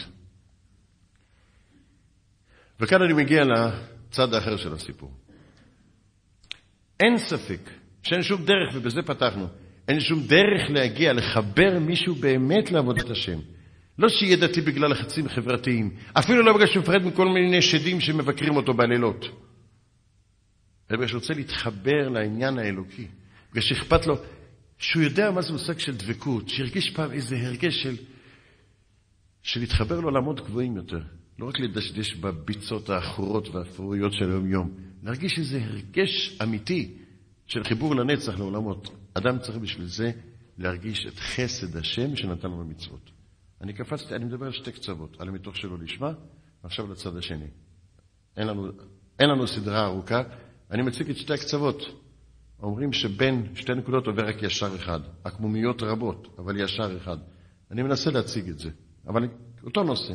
וכאן אני מגיע לצד האחר של הסיפור. אין ספק שאין שום דרך, ובזה פתחנו, אין שום דרך להגיע, לחבר מישהו באמת לעבודת השם. לא שיהיה דתי בגלל לחצים חברתיים, אפילו לא בגלל שהוא מפחד מכל מיני שדים שמבקרים אותו בלילות. אלא בגלל שהוא רוצה להתחבר לעניין האלוקי, בגלל שאכפת לו, שהוא יודע מה זה מושג של דבקות, שירגיש פעם איזה הרגש של להתחבר לו לעמוד גבוהים יותר. לא רק לדשדש בביצות האחורות והאפוריות של היום-יום, להרגיש איזה הרגש אמיתי של חיבור לנצח לעולמות. אדם צריך בשביל זה להרגיש את חסד השם שנתן לו במצוות. אני מדבר על שתי קצוות, על המתוך שלו לשמה, ועכשיו לצד השני. אין לנו סדרה ארוכה, אני מציג את שתי הקצוות. אומרים שבין שתי נקודות עובר רק ישר אחד, עקמומיות רבות, אבל ישר אחד. אני מנסה להציג את זה, אבל אותו נושא.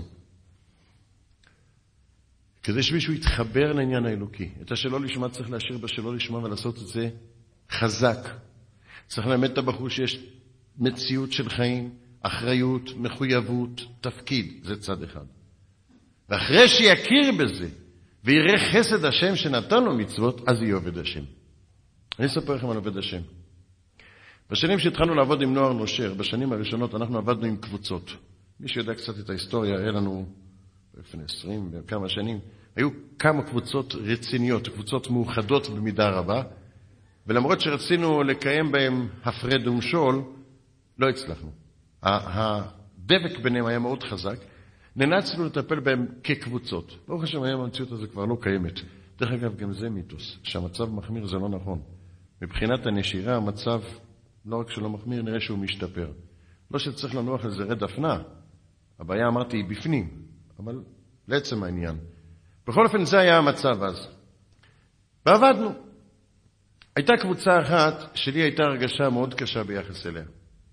כדי שמישהו יתחבר לעניין האלוקי. את השלא לשמה צריך להשאיר בשלא לשמה ולעשות את זה חזק. צריך ללמד את הבחור שיש מציאות של חיים, אחריות, מחויבות, תפקיד. זה צד אחד. ואחרי שיכיר בזה ויראה חסד השם שנתן לו מצוות, אז יהיה עובד השם. אני אספר לכם על עובד השם. בשנים שהתחלנו לעבוד עם נוער נושר, בשנים הראשונות אנחנו עבדנו עם קבוצות. מי שיודע קצת את ההיסטוריה, היה לנו לפני 20 וכמה שנים, היו כמה קבוצות רציניות, קבוצות מאוחדות במידה רבה, ולמרות שרצינו לקיים בהם הפרד ומשול, לא הצלחנו. הדבק ביניהם היה מאוד חזק, נאלצנו לטפל בהם כקבוצות. ברוך השם, היום המציאות הזו כבר לא קיימת. דרך אגב, גם זה מיתוס, שהמצב מחמיר זה לא נכון. מבחינת הנשירה, המצב לא רק שלא מחמיר, נראה שהוא משתפר. לא שצריך לנוח על זרי דפנה, הבעיה אמרתי היא בפנים, אבל לעצם העניין. בכל אופן זה היה המצב אז. ועבדנו. הייתה קבוצה אחת שלי הייתה הרגשה מאוד קשה ביחס אליה.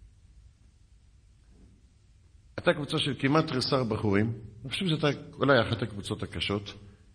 הייתה קבוצה של כמעט 10 בחורים, אני חושב שזאת אולי אחת הקבוצות הקשות,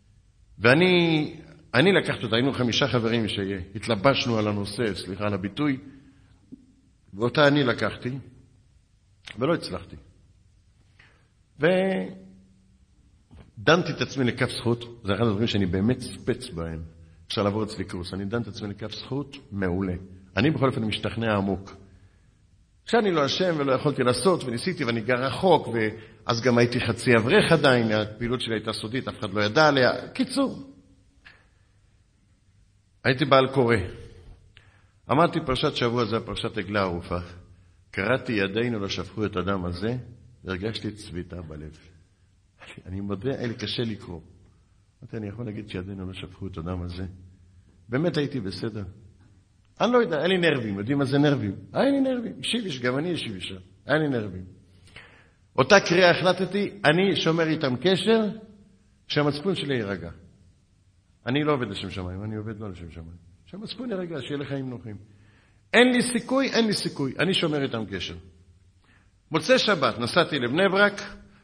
ואני לקחתי אותה, היינו 5 חברים שהתלבשנו על הנושא, סליחה על הביטוי, ואותה אני לקחתי, ולא הצלחתי. ודנתי את עצמי לכף זכות, זה אחד הדברים שאני באמת ספץ בהם, אפשר לעבור אצלי קורס, אני דנתי את עצמי לכף זכות מעולה. אני בכל אופן משתכנע עמוק. שאני לא אשם ולא יכולתי לעשות, וניסיתי ואני גר רחוק, ואז גם הייתי חצי אברך עדיין, הפעילות שלי הייתה סודית, אף אחד לא ידע עליה. קיצור, הייתי בעל קורא. אמרתי פרשת שבוע, זה פרשת עגלה ערופה. קראתי ידינו לא שפכו את הדם הזה, והרגשתי צביטה בלב. אני מודה, היה לי קשה לקרוא. אמרתי, אני יכול להגיד שידינו לא שפכו את הדם הזה? באמת הייתי בסדר. אני לא יודע, היה לי נרבים, יודעים מה זה נרבים? היה לי נרבים, ישיביש, גם אני ישיבישה, היה לי נרבים. אותה קריאה החלטתי, אני שומר איתם קשר, שהמצפון שלי יירגע. אני לא עובד לשם שמיים, אני עובד לא לשם שמיים. שהמצפון יירגע, שיהיה לחיים נוחים. אין לי סיכוי, אני שומר איתם קשר. מוצא שבת, נסעתי לבני ברק,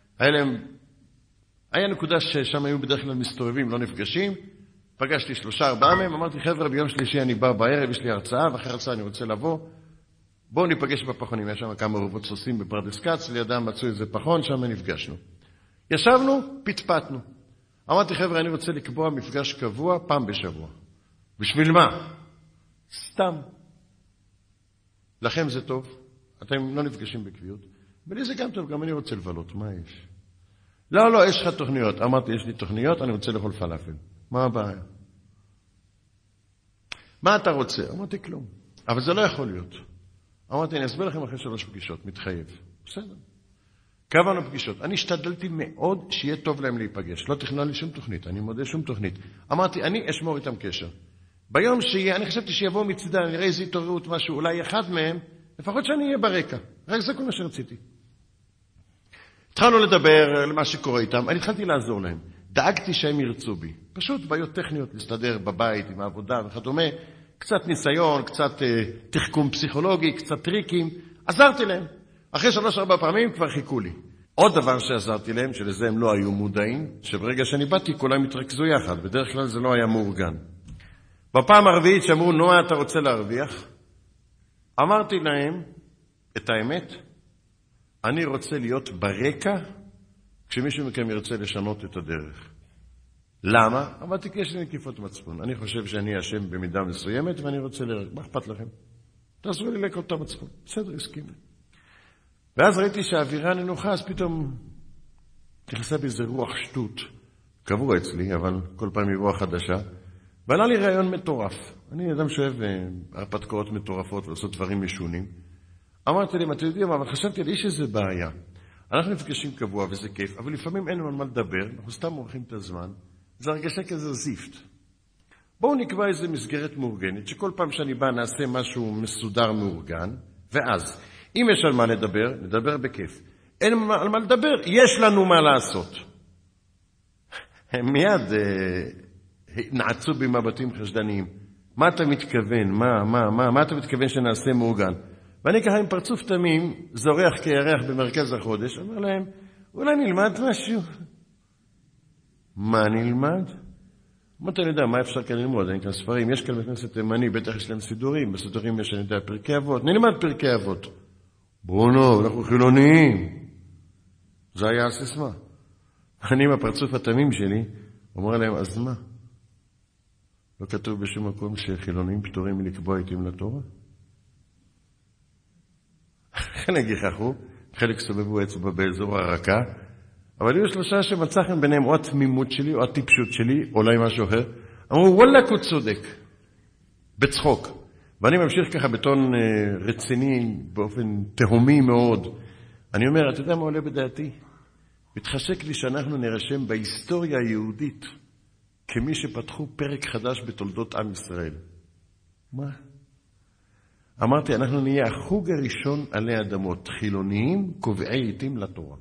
היה נקודה ששם היו בדרך כלל מסתובבים, לא נפגשים, פגשתי 3-4 מהם, אמרתי, חבר'ה, ביום שלישי אני בא בערב, יש לי הרצאה, ואחרי הרצאה אני רוצה לבוא. בואו ניפגש בפחונים, יש שם כמה רובות סוסים בפרדס כץ, לידם מצאו איזה פחון, שם נפגשנו. ישבנו, פטפטנו. אמרתי, חבר'ה, אני רוצה לקבוע מפגש קבוע פעם בשבוע. בשביל מה? סתם. לכם זה טוב, אתם לא נפגשים בקביעות. ולי זה גם טוב, גם אני רוצה לבלות, מה יש? לא, יש לך תוכניות. אמרתי, יש לי תוכניות, אני רוצה לאכול פלאפל. מה הבעיה? מה אתה רוצה? אמרתי, כלום. אבל זה לא יכול להיות. אמרתי, אני אסביר לכם אחרי 3 פגישות, מתחייב. בסדר. קבענו פגישות. אני השתדלתי מאוד שיהיה טוב להם להיפגש. לא תכננה לי שום תוכנית, אני מודה שום תוכנית. אמרתי, אני אשמור איתם קשר. ביום שיהיה, אני חשבתי שיבואו מצדה, אני אראה איזו התעוררות משהו, אולי אחד מהם, לפחות שאני אהיה ברקע. רק זה כל מה שרציתי. התחלנו לדבר על מה שקורה איתם, אני התחלתי לעזור להם. דאגתי שהם ירצו בי. פשוט בעיות טכניות להסתדר בבית, עם העבודה וכדומה. קצת ניסיון, קצת תחכום פסיכולוגי, קצת טריקים. עזרתי להם. אחרי 3-4 פעמים כבר חיכו לי. עוד דבר שעזרתי להם, שלזה הם לא היו מודעים, שברגע שאני באתי כולם התרכזו יחד. בדרך כלל זה לא היה מאורגן. בפעם הרביעית שאמרו, נועה, אתה רוצה להרוויח? אמרתי להם את האמת, אני רוצה להיות ברקע כשמישהו מכם ירצה לשנות את הדרך. למה? אמרתי, כי יש לי נקיפות מצפון. אני חושב שאני אשם במידה מסוימת ואני רוצה לראות. מה אכפת לכם? תעזרו לי לקרוא את המצפון. בסדר, הסכים. ואז ראיתי שהאווירה נינוחה, אז פתאום נכנסה באיזה רוח שטות. קבוע אצלי, אבל כל פעם היא רוח חדשה. ועלה לי רעיון מטורף. אני אדם שאוהב הרפתקאות מטורפות ולעשות דברים משונים. אמרתי להם, אתם יודעים, אבל חשבתי לי, יש איזה בעיה. אנחנו נפגשים קבוע וזה כיף, אבל לפעמים אין לנו על מה לדבר, אנחנו סתם מורחים את הזמן. זה הרגשה כזה זיפט. בואו נקבע איזה מסגרת מאורגנת, שכל פעם שאני בא נעשה משהו מסודר מאורגן, ואז, אם יש על מה לדבר, נדבר בכיף. אין על מה לדבר, יש לנו מה לעשות. הם מיד נעצו במבטים חשדניים. מה אתה מתכוון? מה אתה מתכוון שנעשה מאורגן? ואני ככה עם פרצוף תמים, זורח כירח במרכז החודש, אומר להם, אולי נלמד משהו. מה נלמד? אמרתי, אני יודע, מה אפשר כאן ללמוד? אני כאן ספרים, יש כאן בכנסת תימני, בטח יש להם סידורים, בסידורים יש, אני יודע, פרקי אבות, נלמד פרקי אבות. ברונו, אנחנו חילוניים. זה היה הסיסמה. אני עם הפרצוף התמים שלי, אומר להם, אז מה? לא כתוב בשום מקום שחילוניים פטורים מלקבוע עתים לתורה? חלק גיחכו, חלק סובבו אצבע באזור הרקה, אבל היו שלושה שמצא חן ביניהם או התמימות שלי או הטיפשות שלי, אולי משהו אחר. אמרו, וואלה, הוא צודק. בצחוק. ואני ממשיך ככה בטון רציני, באופן תהומי מאוד. אני אומר, אתה יודע מה עולה בדעתי? מתחשק לי שאנחנו נרשם בהיסטוריה היהודית כמי שפתחו פרק חדש בתולדות עם ישראל. מה? אמרתי, אנחנו נהיה החוג הראשון עלי אדמות, חילוניים, קובעי עתים לתורה.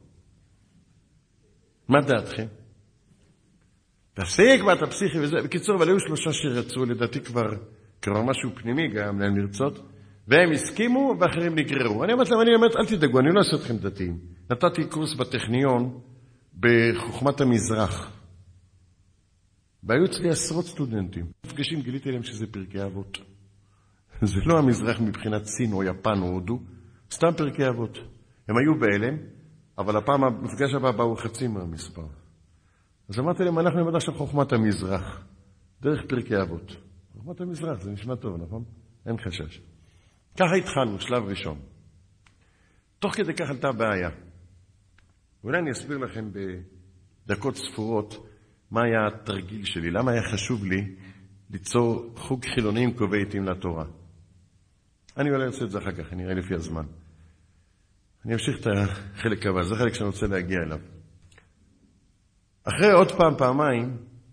מה דעתכם? תפסיק מה אתה פסיכי וזה. בקיצור, אבל היו שלושה שרצו, לדעתי כבר משהו פנימי גם להם לרצות, והם הסכימו ואחרים נגררו. אני אמרתי להם, אל תדאגו, אני לא אעשה אתכם דתיים. נתתי קורס בטכניון בחוכמת המזרח. והיו אצלי עשרות סטודנטים. מפגשים גיליתי להם שזה פרקי אבות. זה לא המזרח מבחינת סין או יפן או הודו, סתם פרקי אבות. הם היו בהלם, אבל הפעם המפגש הבא באו חצי מהמספר. אז אמרתי להם, אנחנו נלמד עכשיו חוכמת המזרח, דרך פרקי אבות. חוכמת המזרח, זה נשמע טוב, נכון? אין חשש. ככה התחלנו, שלב ראשון. תוך כדי כך עלתה בעיה. אולי אני אסביר לכם בדקות ספורות מה היה התרגיל שלי, למה היה חשוב לי ליצור חוג חילוניים קובעי עתים לתורה. אני אולי אעשה את זה אחר כך, אני אראה לפי הזמן. אני אמשיך את החלק הבא, זה חלק שאני רוצה להגיע אליו. אחרי עוד פעמיים,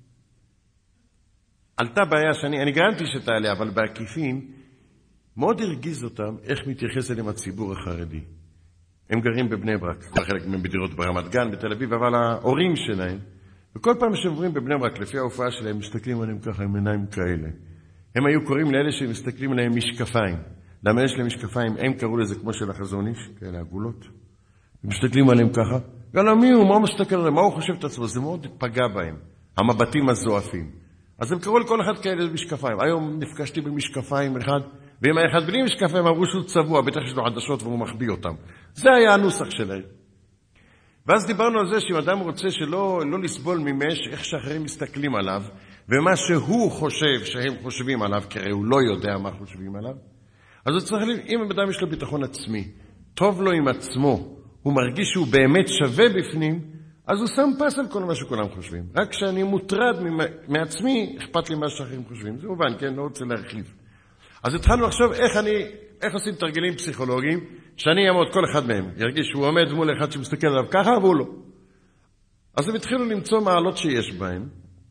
עלתה בעיה שאני גרמתי שתעלה, אבל בעקיפין, מאוד הרגיז אותם איך מתייחס אליהם הציבור החרדי. הם גרים בבני ברק, חלק מהם בדירות ברמת גן, בתל אביב, אבל ההורים שלהם, וכל פעם שעוברים בבני ברק, לפי ההופעה שלהם, מסתכלים עליהם ככה עם עיניים כאלה. הם היו קוראים לאלה שמסתכלים עליהם משקפיים. למה יש להם משקפיים? הם קראו לזה כמו של החזון איש, כאלה עגולות. הם מסתכלים עליהם ככה. יאללה, מי הוא? מה הוא מסתכל עליהם? מה הוא חושב את עצמו? זה מאוד פגע בהם. המבטים הזועפים. אז הם קראו לכל אחד כאלה משקפיים. היום נפגשתי במשקפיים אחד, ואם היה אחד בלי משקפיים, אמרו שהוא צבוע, בטח יש לו עדשות והוא מחביא אותם. זה היה הנוסח שלהם. ואז דיברנו על זה שאם אדם רוצה שלא לסבול ממש איך שאחרים מסתכלים עליו, ומה שהוא חושב שהם חושבים עליו, כי הרי הוא לא יודע מה חושבים עליו, אז הוא צריך אם אדם יש לו ביטחון עצמי, טוב לו עם עצמו, הוא מרגיש שהוא באמת שווה בפנים, אז הוא שם פס על כל מה שכולם חושבים. רק כשאני מוטרד מעצמי, אכפת לי מה שאחרים חושבים. זה מובן, כן, לא רוצה להרחיב. אז התחלנו לחשוב איך עושים תרגילים פסיכולוגיים, שאני אעמוד כל אחד מהם, ירגיש שהוא עומד מול אחד שמסתכל עליו ככה, והוא לא. אז הם התחילו למצוא מעלות שיש בהם.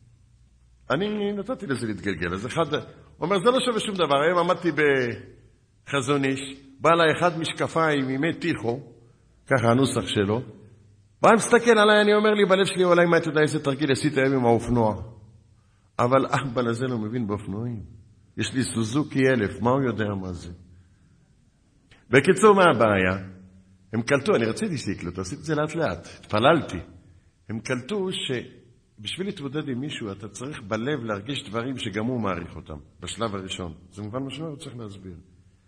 אני נתתי לזה להתגלגל. אז אחד אומר, זה לא שווה שום דבר. היום עמדתי בחזון איש, בא לה אחד משקפיים ימי טיחו, ככה הנוסח שלו, בא מסתכל עליי, אני אומר לי בלב שלי, אולי מה אתה יודע איזה תרגיל עשית היום עם האופנוע. אבל אבא לזה לא מבין באופנועים. יש לי סוזוקי 1000, מה הוא יודע מה זה? בקיצור, מה הבעיה? הם קלטו, אני רציתי שיקלטו, עשיתי את זה לאט לאט, התפללתי. הם קלטו שבשביל להתמודד עם מישהו, אתה צריך בלב להרגיש דברים שגם הוא מעריך אותם, בשלב הראשון. זה מובן מה שאומר, הוא צריך להסביר.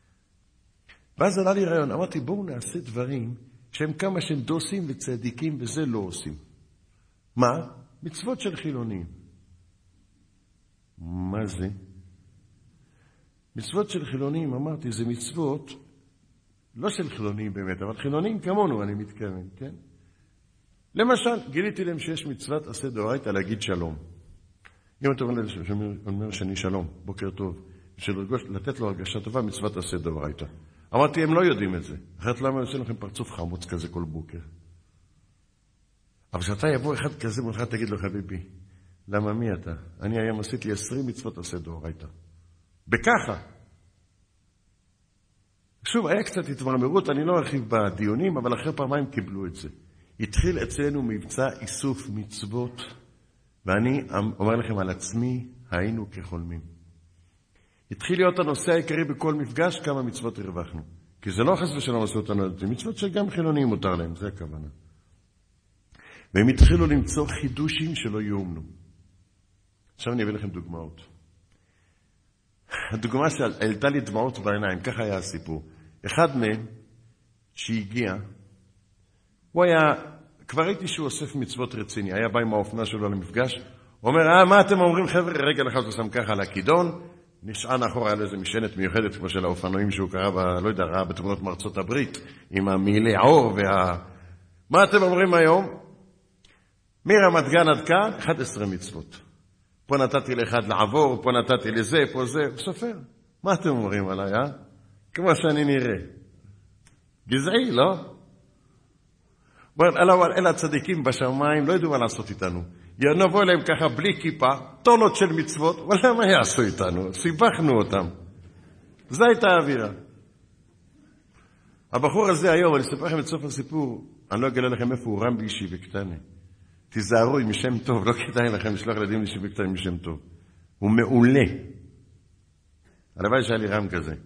ואז עלה לי רעיון, אמרתי, בואו נעשה דברים שהם כמה שהם דוסים וצדיקים, וזה לא עושים. מה? מצוות של חילונים. מה זה? מצוות של חילונים, אמרתי, זה מצוות, לא של חילונים באמת, אבל חילונים כמונו, אני מתכוון, כן? למשל, גיליתי להם שיש מצוות עשה דאורייתא להגיד שלום. אם אתה אומר שאני שלום, בוקר טוב, לתת לו הרגשה טובה, מצוות עשה דאורייתא. אמרתי, הם לא יודעים את זה. אחרת למה יוצא לכם פרצוף חמוץ כזה כל בוקר? אבל כשאתה יבוא אחד כזה, מולך תגיד לו, חביבי, למה מי אתה? אני היום עשיתי 20 מצוות עשה דאורייתא. בככה. שוב, היה קצת התמרמרות, אני לא ארחיב בדיונים, אבל אחרי פעמיים קיבלו את זה. התחיל אצלנו מבצע איסוף מצוות, ואני אומר לכם על עצמי, היינו כחולמים. התחיל להיות הנושא העיקרי בכל מפגש, כמה מצוות הרווחנו. כי זה לא חס ושלום עשו אותנו, זה מצוות שגם חילונים מותר להם, זה הכוונה. והם התחילו למצוא חידושים שלא יאומנו. עכשיו אני אביא לכם דוגמאות. הדוגמה שהעלתה לי דמעות בעיניים, ככה היה הסיפור. אחד מהם, שהגיע, הוא היה, כבר ראיתי שהוא אוסף מצוות רציני, היה בא עם האופנה שלו למפגש, הוא אומר, מה אתם אומרים חבר'ה? רגע אחד הוא שם ככה על הכידון, נשען אחורה על איזה משענת מיוחדת כמו של האופנועים שהוא קרא, לא יודע, ראה בתמונות מארצות הברית, עם המעילי העור מה אתם אומרים היום? מרמת גן עד כאן, 11 מצוות. פה נתתי לאחד לעבור, פה נתתי לזה, פה זה, הוא סופר. מה אתם אומרים עליי, כמו שאני נראה. גזעי, לא? אלה הצדיקים בשמיים לא ידעו מה לעשות איתנו. נבוא אליהם ככה בלי כיפה, טונות של מצוות, אבל מה יעשו איתנו? סיבכנו אותם. זו הייתה האווירה. הבחור הזה היום, אני אספר לכם את סוף הסיפור, אני לא אגלה לכם איפה הוא רם בישיבה קטנה. תיזהרו עם שם טוב, לא כדאי לכם לשלוח ילדים לישיבה קטנה עם שם טוב. הוא מעולה. הלוואי שהיה לי רם כזה.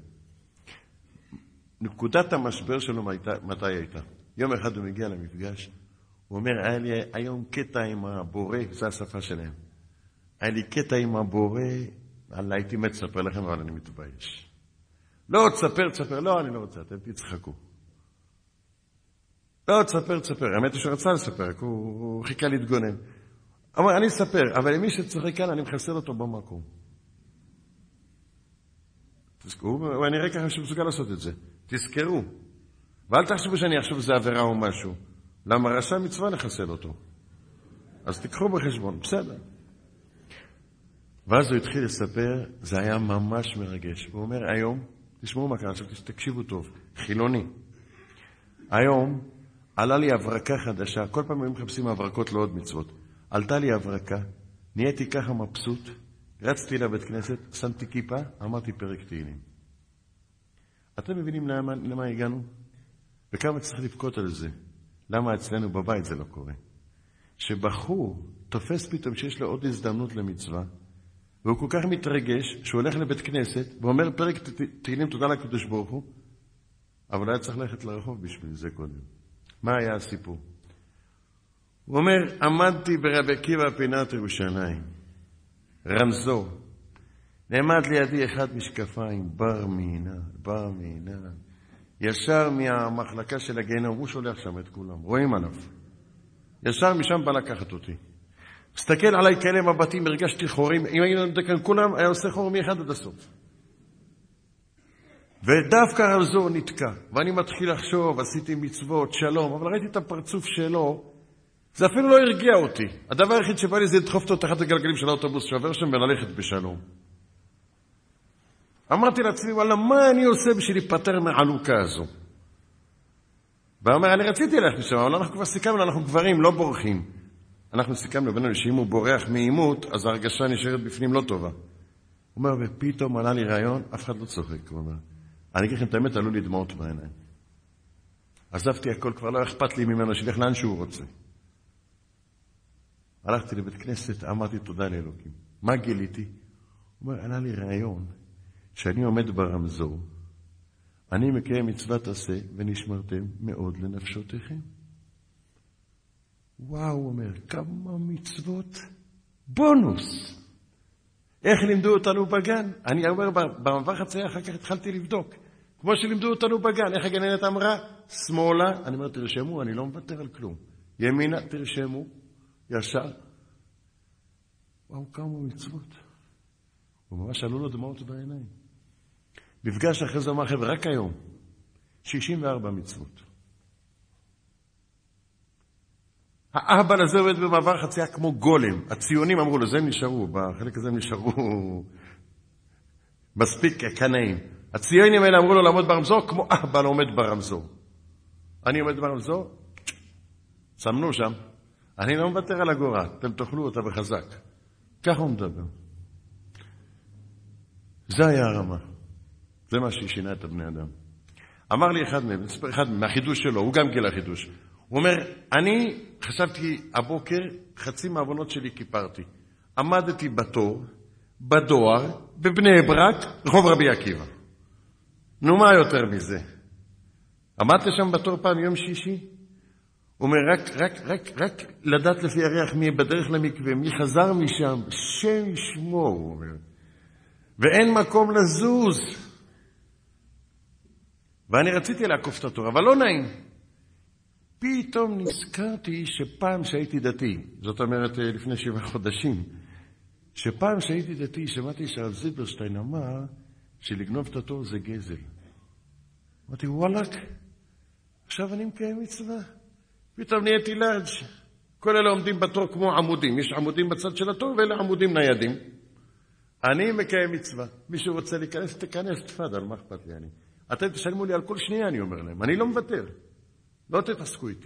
נקודת המשבר שלו מתי הייתה? יום אחד הוא מגיע למפגש, הוא אומר, היה לי היום קטע עם הבורא, זו השפה שלהם. היה לי קטע עם הבורא, הייתי מת לספר לכם, אבל אני מתבייש. לא, תספר, לא, אני לא רוצה, אתם תצחקו. לא, תספר. האמת היא שרצה לספר, הוא חיכה להתגונן. אמר, אני אספר, אבל למי שצריך כאן, אני מחסל אותו במקום. תזכרו, ואני אראה ככה שמסוגל לעשות את זה. תזכרו. ואל תחשבו שאני אחשוב שזה עבירה או משהו. למה רשע מצווה לחסל אותו? אז תיקחו בחשבון, בסדר. ואז הוא התחיל לספר, זה היה ממש מרגש. הוא אומר, היום, תשמעו מה קרה, עכשיו תקשיבו טוב, חילוני. היום עלה לי הברקה חדשה, כל פעם הם מחפשים הברקות לעוד מצוות. עלתה לי הברקה, נהייתי ככה מבסוט, רצתי לבית כנסת, שמתי כיפה, אמרתי פרק תהילים. אתם מבינים למה הגענו? וכמה צריך לבכות על זה? למה אצלנו בבית זה לא קורה? שבחור תופס פתאום שיש לו עוד הזדמנות למצווה, והוא כל כך מתרגש שהוא הולך לבית כנסת ואומר פרק תהילים תודה לקדוש ברוך הוא, אבל היה צריך ללכת לרחוב בשביל זה קודם. מה היה הסיפור? הוא אומר, עמדתי ברבי עקיבא פינת ירושלים, רמזור, נעמד לידי אחד משקפיים, בר מינה, ישר מהמחלקה של הגיהנום, הוא שולח שם את כולם, רואים עליו. ישר משם בא לקחת אותי. מסתכל עליי כאלה מבטים, הרגשתי חורים, אם היינו נדקן כולם, היה עושה חור מאחד עד הסוף. ודווקא הרמזור נתקע, ואני מתחיל לחשוב, עשיתי מצוות, שלום, אבל ראיתי את הפרצוף שלו, זה אפילו לא הרגיע אותי. הדבר היחיד שבא לי זה לדחוף אותו תחת הגלגלים של האוטובוס שעובר שם וללכת בשלום. אמרתי לעצמי, וואלה, מה אני עושה בשביל להיפטר מהעלוקה הזו? ואומר, אני רציתי ללכת משם, אבל אנחנו כבר סיכמנו, אנחנו גברים, לא בורחים. אנחנו סיכמנו בינינו שאם הוא בורח מאימות, אז ההרגשה נשארת בפנים לא טובה. הוא אומר, ופתאום עלה לי רעיון, אף אחד לא צוחק. הוא אומר, אני אגיד לכם את האמת, עלו לי דמעות בעיניים. עזבתי הכל, כבר לא אכפת לי ממנו, שילך לאן שהוא רוצה. הלכתי לבית כנסת, אמרתי תודה לאלוקים. מה גיליתי? הוא אומר, עלה לי רעיון, שאני עומד ברמזור, אני מקיים מצוות עשה, ונשמרתם מאוד לנפשותיכם. וואו, הוא אומר, כמה מצוות בונוס. איך לימדו אותנו בגן? אני אומר, במעבר חצייה אחר כך התחלתי לבדוק. כמו שלימדו אותנו בגן, איך הגננת אמרה? שמאלה, אני אומר, תרשמו, אני לא מוותר על כלום. ימינה, תרשמו, ישר. וואו, כמה מצוות. הוא ממש עלו לו דמעות בעיניים. מפגש אחרי זה אמר, חבר'ה, רק היום, 64 מצוות. האהבל הזה עובד במעבר חצייה כמו גולם. הציונים אמרו לו, זה הם נשארו, בחלק הזה הם נשארו מספיק קנאים. הציונים האלה אמרו לו לעמוד ברמזור כמו אהבל עומד ברמזור. אני עומד ברמזור, סמנו שם, אני לא מוותר על הגורה, אתם תאכלו אותה בחזק. ככה הוא מדבר. זה היה הרמה. זה מה ששינה את הבני אדם. אמר לי אחד מהחידוש שלו, הוא גם גילה חידוש. הוא אומר, אני חשבתי הבוקר, חצי מהעוונות שלי כיפרתי. עמדתי בתור, בדואר, בבני ברק, רחוב רבי עקיבא. נו, מה יותר מזה? עמדת שם בתור פעם יום שישי? הוא אומר, רק לדעת לפי הריח מי בדרך למקווה, מי חזר משם, שם ישמור, הוא אומר. ואין מקום לזוז. ואני רציתי לעקוף את התורה, אבל לא נעים. פתאום נזכרתי שפעם שהייתי דתי, זאת אומרת לפני 7 חודשים, שפעם שהייתי דתי, שמעתי שהרב זילברשטיין אמר שלגנוב את התור זה גזל. אמרתי, וואלק, עכשיו אני מקיים מצווה. פתאום נהייתי לארג'. כל אלה עומדים בתור כמו עמודים. יש עמודים בצד של התור ואלה עמודים ניידים. אני מקיים מצווה. מישהו רוצה להיכנס, תכנס, תפדל, מה אכפת לי אני? אתם תשלמו לי על כל שנייה, אני אומר להם. אני לא מוותר. לא תתעסקו איתי.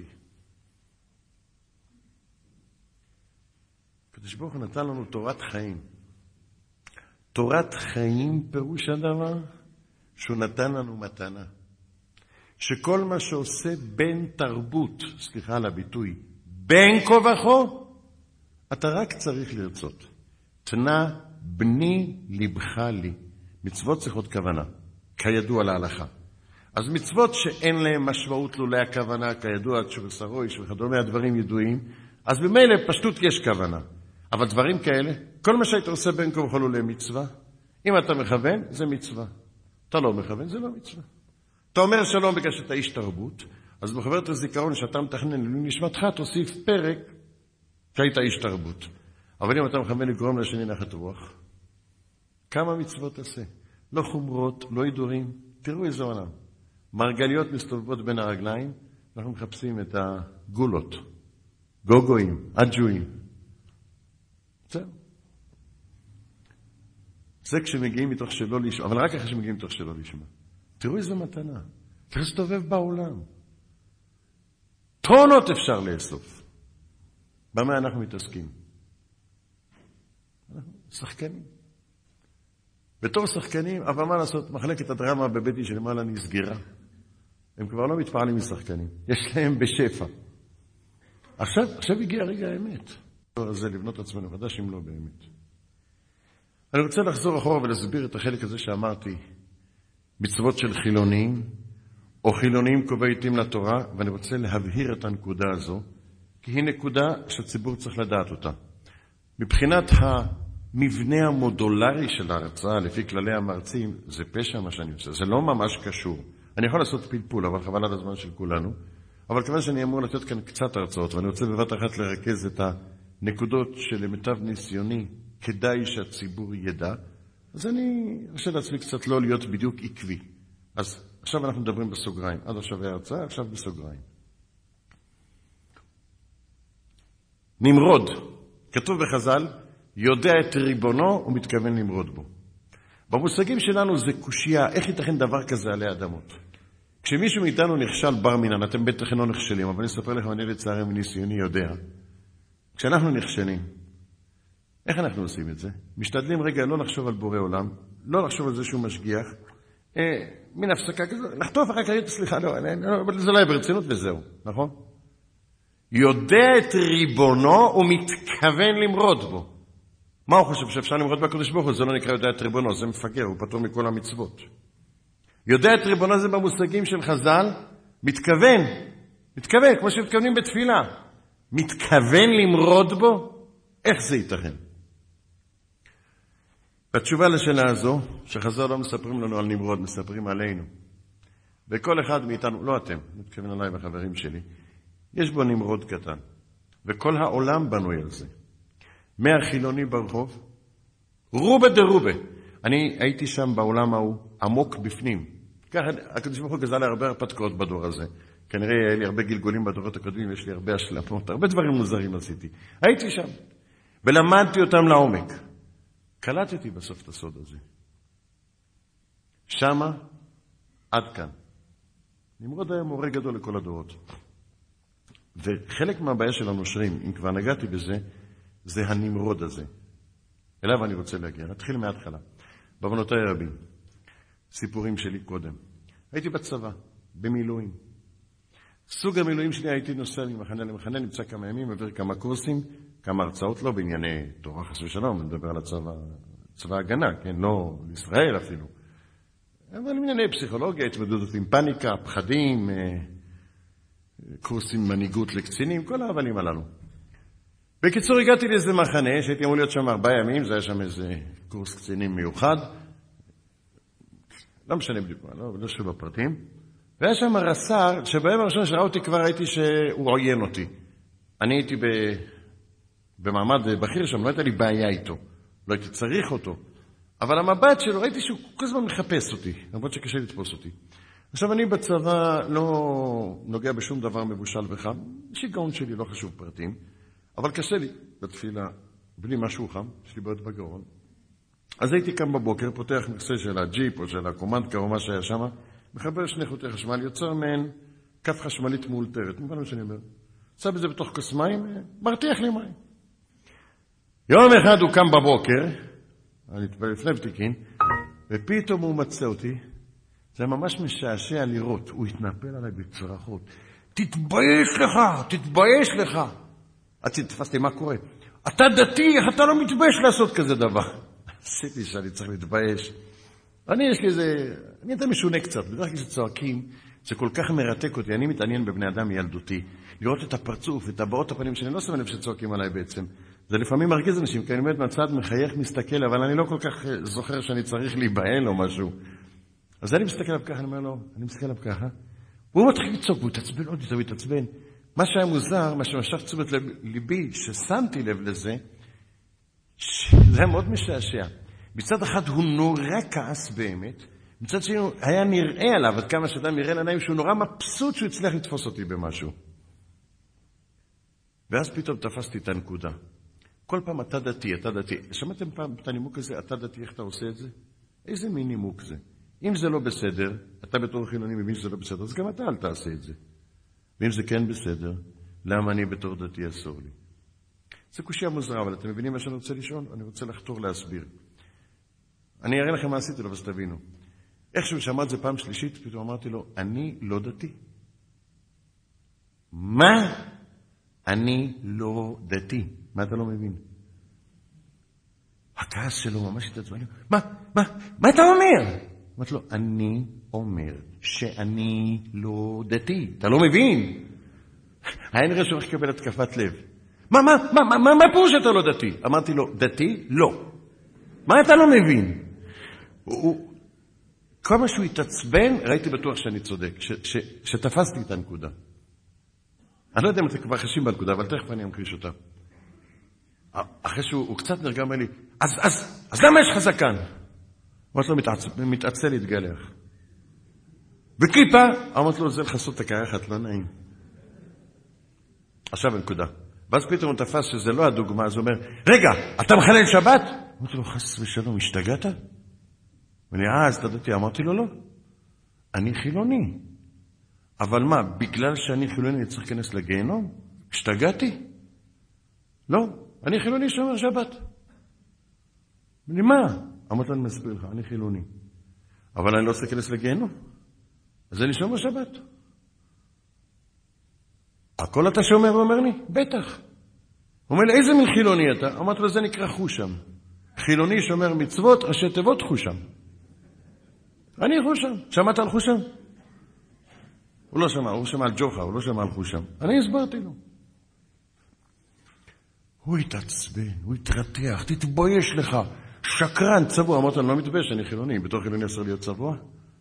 הקדוש ברוך הוא נתן לנו תורת חיים. תורת חיים פירוש הדבר שהוא נתן לנו מתנה. שכל מה שעושה בין תרבות, סליחה על הביטוי, בין כה וכה, אתה רק צריך לרצות. תנה בני לבך לי. מצוות צריכות כוונה, כידוע להלכה. אז מצוות שאין להם משמעות לולא הכוונה, כידוע שורסרויש וכדומה, הדברים ידועים, אז במילא פשטות יש כוונה. אבל דברים כאלה, כל מה שהיית עושה בין כה וכה לולא מצווה, אם אתה מכוון, זה מצווה. אתה לא מכוון, זה לא מצווה. אתה אומר שלום בגלל שאתה איש תרבות, אז בחוברת הזיכרון שאתה מתכנן לנשמתך, תוסיף פרק שהיית איש תרבות. אבל אם אתה מכוון לגרום לשני נחת רוח, כמה מצוות תעשה? לא חומרות, לא הידורים. תראו איזה עולם. מרגליות מסתובבות בין הרגליים, אנחנו מחפשים את הגולות, גוגויים, אג'ויים. זהו. זה כשמגיעים מתוך שלא לשמוע, אבל רק אחרי שמגיעים מתוך שלא לשמוע. תראו איזו מתנה. צריך להסתובב בעולם. טונות אפשר לאסוף. במה אנחנו מתעסקים? אנחנו שחקנים. בתור שחקנים, אבל מה לעשות? מחלקת הדרמה בביתי שלמעלה נסגרה. הם כבר לא מתפעלים משחקנים. יש להם בשפע. עכשיו הגיע רגע האמת. זה לבנות עצמנו חדש אם לא באמת. אני רוצה לחזור אחורה ולהסביר את החלק הזה שאמרתי. מצוות של חילונים, או חילונים קובעים לתורה, ואני רוצה להבהיר את הנקודה הזו, כי היא נקודה שהציבור צריך לדעת אותה. מבחינת המבנה המודולרי של ההרצאה, לפי כללי המרצים, זה פשע מה שאני עושה, זה לא ממש קשור. אני יכול לעשות פלפול, אבל חבל על הזמן של כולנו. אבל כיוון שאני אמור לתת כאן קצת הרצאות, ואני רוצה בבת אחת לרכז את הנקודות שלמיטב ניסיוני, כדאי שהציבור ידע, אז אני ארשה לעצמי קצת לא להיות בדיוק עקבי. אז עכשיו אנחנו מדברים בסוגריים. עד עכשיו היה הרצאה, עכשיו בסוגריים. נמרוד, כתוב בחז"ל, יודע את ריבונו ומתכוון למרוד בו. במושגים שלנו זה קושיה, איך ייתכן דבר כזה עלי אדמות? כשמישהו מאיתנו נכשל בר מינן, אתם בטח לא נכשלים, אבל אני אספר לכם, אני לצערי מניסיוני יודע. כשאנחנו נכשלים, איך אנחנו עושים את זה? משתדלים רגע לא לחשוב על בורא עולם, לא לחשוב על זה שהוא משגיח, מן הפסקה כזו, לחטוף אחר כך, סליחה, לא, זה לא היה ברצינות וזהו, נכון? יודע את ריבונו ומתכוון למרוד בו. מה הוא חושב? שאפשר למרוד בקדוש ברוך הוא? זה לא נקרא יודע את ריבונו, זה מפגר, הוא פטור מכל המצוות. יודע את ריבונו זה במושגים של חז"ל, מתכוון, כמו שמתכוונים בתפילה. מתכוון למרוד בו? איך זה ייתכן? בתשובה לשאלה הזו, שחז"ל לא מספרים לנו על נמרוד, מספרים עלינו. וכל אחד מאיתנו, לא אתם, מתכוון עליי והחברים שלי, יש בו נמרוד קטן. וכל העולם בנוי על זה. מהחילוני ברחוב, רובה דרובה. אני הייתי שם בעולם ההוא, עמוק בפנים. ככה, הקדוש ברוך הוא גזל לי הרבה הרפתקאות בדור הזה. כנראה היה לי הרבה גלגולים בדורות הקודמים, יש לי הרבה השלמות, הרבה דברים מוזרים עשיתי. הייתי שם, ולמדתי אותם לעומק. קלטתי בסוף את הסוד הזה. שמה, עד כאן. נמרוד היה מורה גדול לכל הדורות. וחלק מהבעיה של הנושרים, אם כבר נגעתי בזה, זה הנמרוד הזה. אליו אני רוצה להגיע. נתחיל מההתחלה. בעוונותיי רבים. סיפורים שלי קודם. הייתי בצבא, במילואים. סוג המילואים שלי הייתי נוסע ממחנה למחנה, נמצא כמה ימים, עבר כמה קורסים, כמה הרצאות לא בענייני תורה חס ושלום, מדבר על צבא הגנה, כן, לא לישראל אפילו. אבל בענייני פסיכולוגיה, התמודדות עם פאניקה, פחדים, קורסים מנהיגות לקצינים, כל ההבלים הללו. בקיצור, הגעתי לאיזה מחנה, שהייתי אמור להיות שם 4 ימים, זה היה שם איזה קורס קצינים מיוחד. לא משנה בדיוק, לא שוב בפרטים. והיה שם רס"ר, שביום הראשון שראה אותי כבר ראיתי שהוא עוין אותי. אני הייתי במעמד בכיר שם, לא הייתה לי בעיה איתו. לא הייתי צריך אותו. אבל המבט שלו, ראיתי שהוא כל הזמן מחפש אותי, למרות שקשה לתפוס אותי. עכשיו אני בצבא לא נוגע בשום דבר מבושל וחם. שיגעון שלי, לא חשוב פרטים. אבל קשה לי בתפילה, בלי משהו חם, יש לי בעיות בגרון. אז הייתי קם בבוקר, פותח מכסה של הג'יפ או של הקומנדקה או מה שהיה שם, מחבר 2 חוטי חשמל, יוצר מהן כף חשמלית מאולתרת. מובן מה שאני אומר? שם בזה בתוך כוס מים, מרתיח לי מים. יום אחד הוא קם בבוקר, אני אתפלל לפני ותיקין, ופתאום הוא מצא אותי. זה ממש משעשע לראות. הוא התנפל עליי בצרחות. תתבייש לך, תתבייש לך. עד שתפסתי מה קורה. אתה דתי, איך אתה לא מתבייש לעשות כזה דבר? עשיתי שאני צריך להתבייש. יש לי איזה, אני יותר משונה קצת. בדרך כלל שצועקים, זה כל כך מרתק אותי. אני מתעניין בבני אדם מילדותי. לראות את הפרצוף, את הבעות הפנים שאני לא שם לב שצועקים עליי בעצם. זה לפעמים מרגיז אנשים, כי אני באמת מהצד מחייך, מסתכל, אבל אני לא כל כך זוכר שאני צריך להיבהל או משהו. אז אני מסתכל עליו ככה, אני אומר לו, אני מסתכל עליו ככה. והוא מתחיל לצעוק, והוא יתעצבן עוד יותר, הוא יתעצבן. מה שהיה מוזר, מה שמשך תשומת ליבי, ששמתי לב לזה, שזה היה מאוד משעשע. מצד אחד הוא נורא כעס באמת, מצד שני היה נראה עליו, עד כמה שאדם נראה לעיניים, שהוא נורא מבסוט שהוא הצליח לתפוס אותי במשהו. ואז פתאום תפסתי את הנקודה. כל פעם אתה דתי, אתה דתי. שמעתם פעם את הנימוק הזה, אתה דתי, איך אתה עושה את זה? איזה מין נימוק זה? אם זה לא בסדר, אתה בתור חילוני מבין שזה לא בסדר, אז גם אתה אל תעשה את זה. ואם זה כן בסדר, למה אני בתור דתי אסור לי? זה קושיה מוזרה, אבל אתם מבינים מה שאני רוצה לשאול? אני רוצה לחתור להסביר. אני אראה לכם מה עשיתי לו, אז תבינו. איכשהו שמע את זה פעם שלישית, פתאום אמרתי לו, אני לא דתי. מה? אני לא דתי. מה אתה לא מבין? הכעס שלו ממש התעצבן. מה אתה אומר? אמרתי לו, אני אומר שאני לא דתי. אתה לא מבין? היה נראה שהוא הולך לקבל התקפת לב. מה פירוש שאתה לא דתי? אמרתי לו, דתי? לא. מה אתה לא מבין? כל מה שהוא התעצבן, ראיתי בטוח שאני צודק, שתפסתי את הנקודה. אני לא יודע אם אתם כבר חשים בנקודה, אבל תכף אני אמקריש אותה. אחרי שהוא קצת נרגע, אומר לי, אז למה יש לך זקן? אמרתי לו, מתעצל להתגלח. וכיפה, אמרתי לו, זה לחסות את הקרחת, לא נעים. עכשיו הנקודה. ואז פתאום הוא תפס שזה לא הדוגמה, אז הוא אומר, רגע, אתה מחלל שבת? אמרתי לו, חס ושלום, השתגעת? אז אתה דתי, אמרתי לו, לא. אני חילוני. אבל מה, בגלל שאני חילוני אני צריך להיכנס לגיהנום? השתגעתי? לא, אני חילוני שומר שבת. מה? אמרתי לו, אני מסביר לך, אני חילוני. אבל אני לא רוצה להיכנס לגיהנום. אז אני שומר שבת. הכל אתה שומר, הוא אומר לי? בטח. הוא אומר לי, איזה מין חילוני אתה? אמרתי לו, זה נקרא חושם. חילוני שומר מצוות, ראשי תיבות חושם. אני חושם. שמעת על חושם? הוא לא שמע, הוא שמע על ג'וחה, הוא לא שמע על חושם. אני הסברתי לו. הוא התעצבן, הוא התרתח, תתבייש לך. שקרן, צבוע. אמרת, אני לא מתבייש, אני חילוני. בתור חילוני אסור להיות צבוע?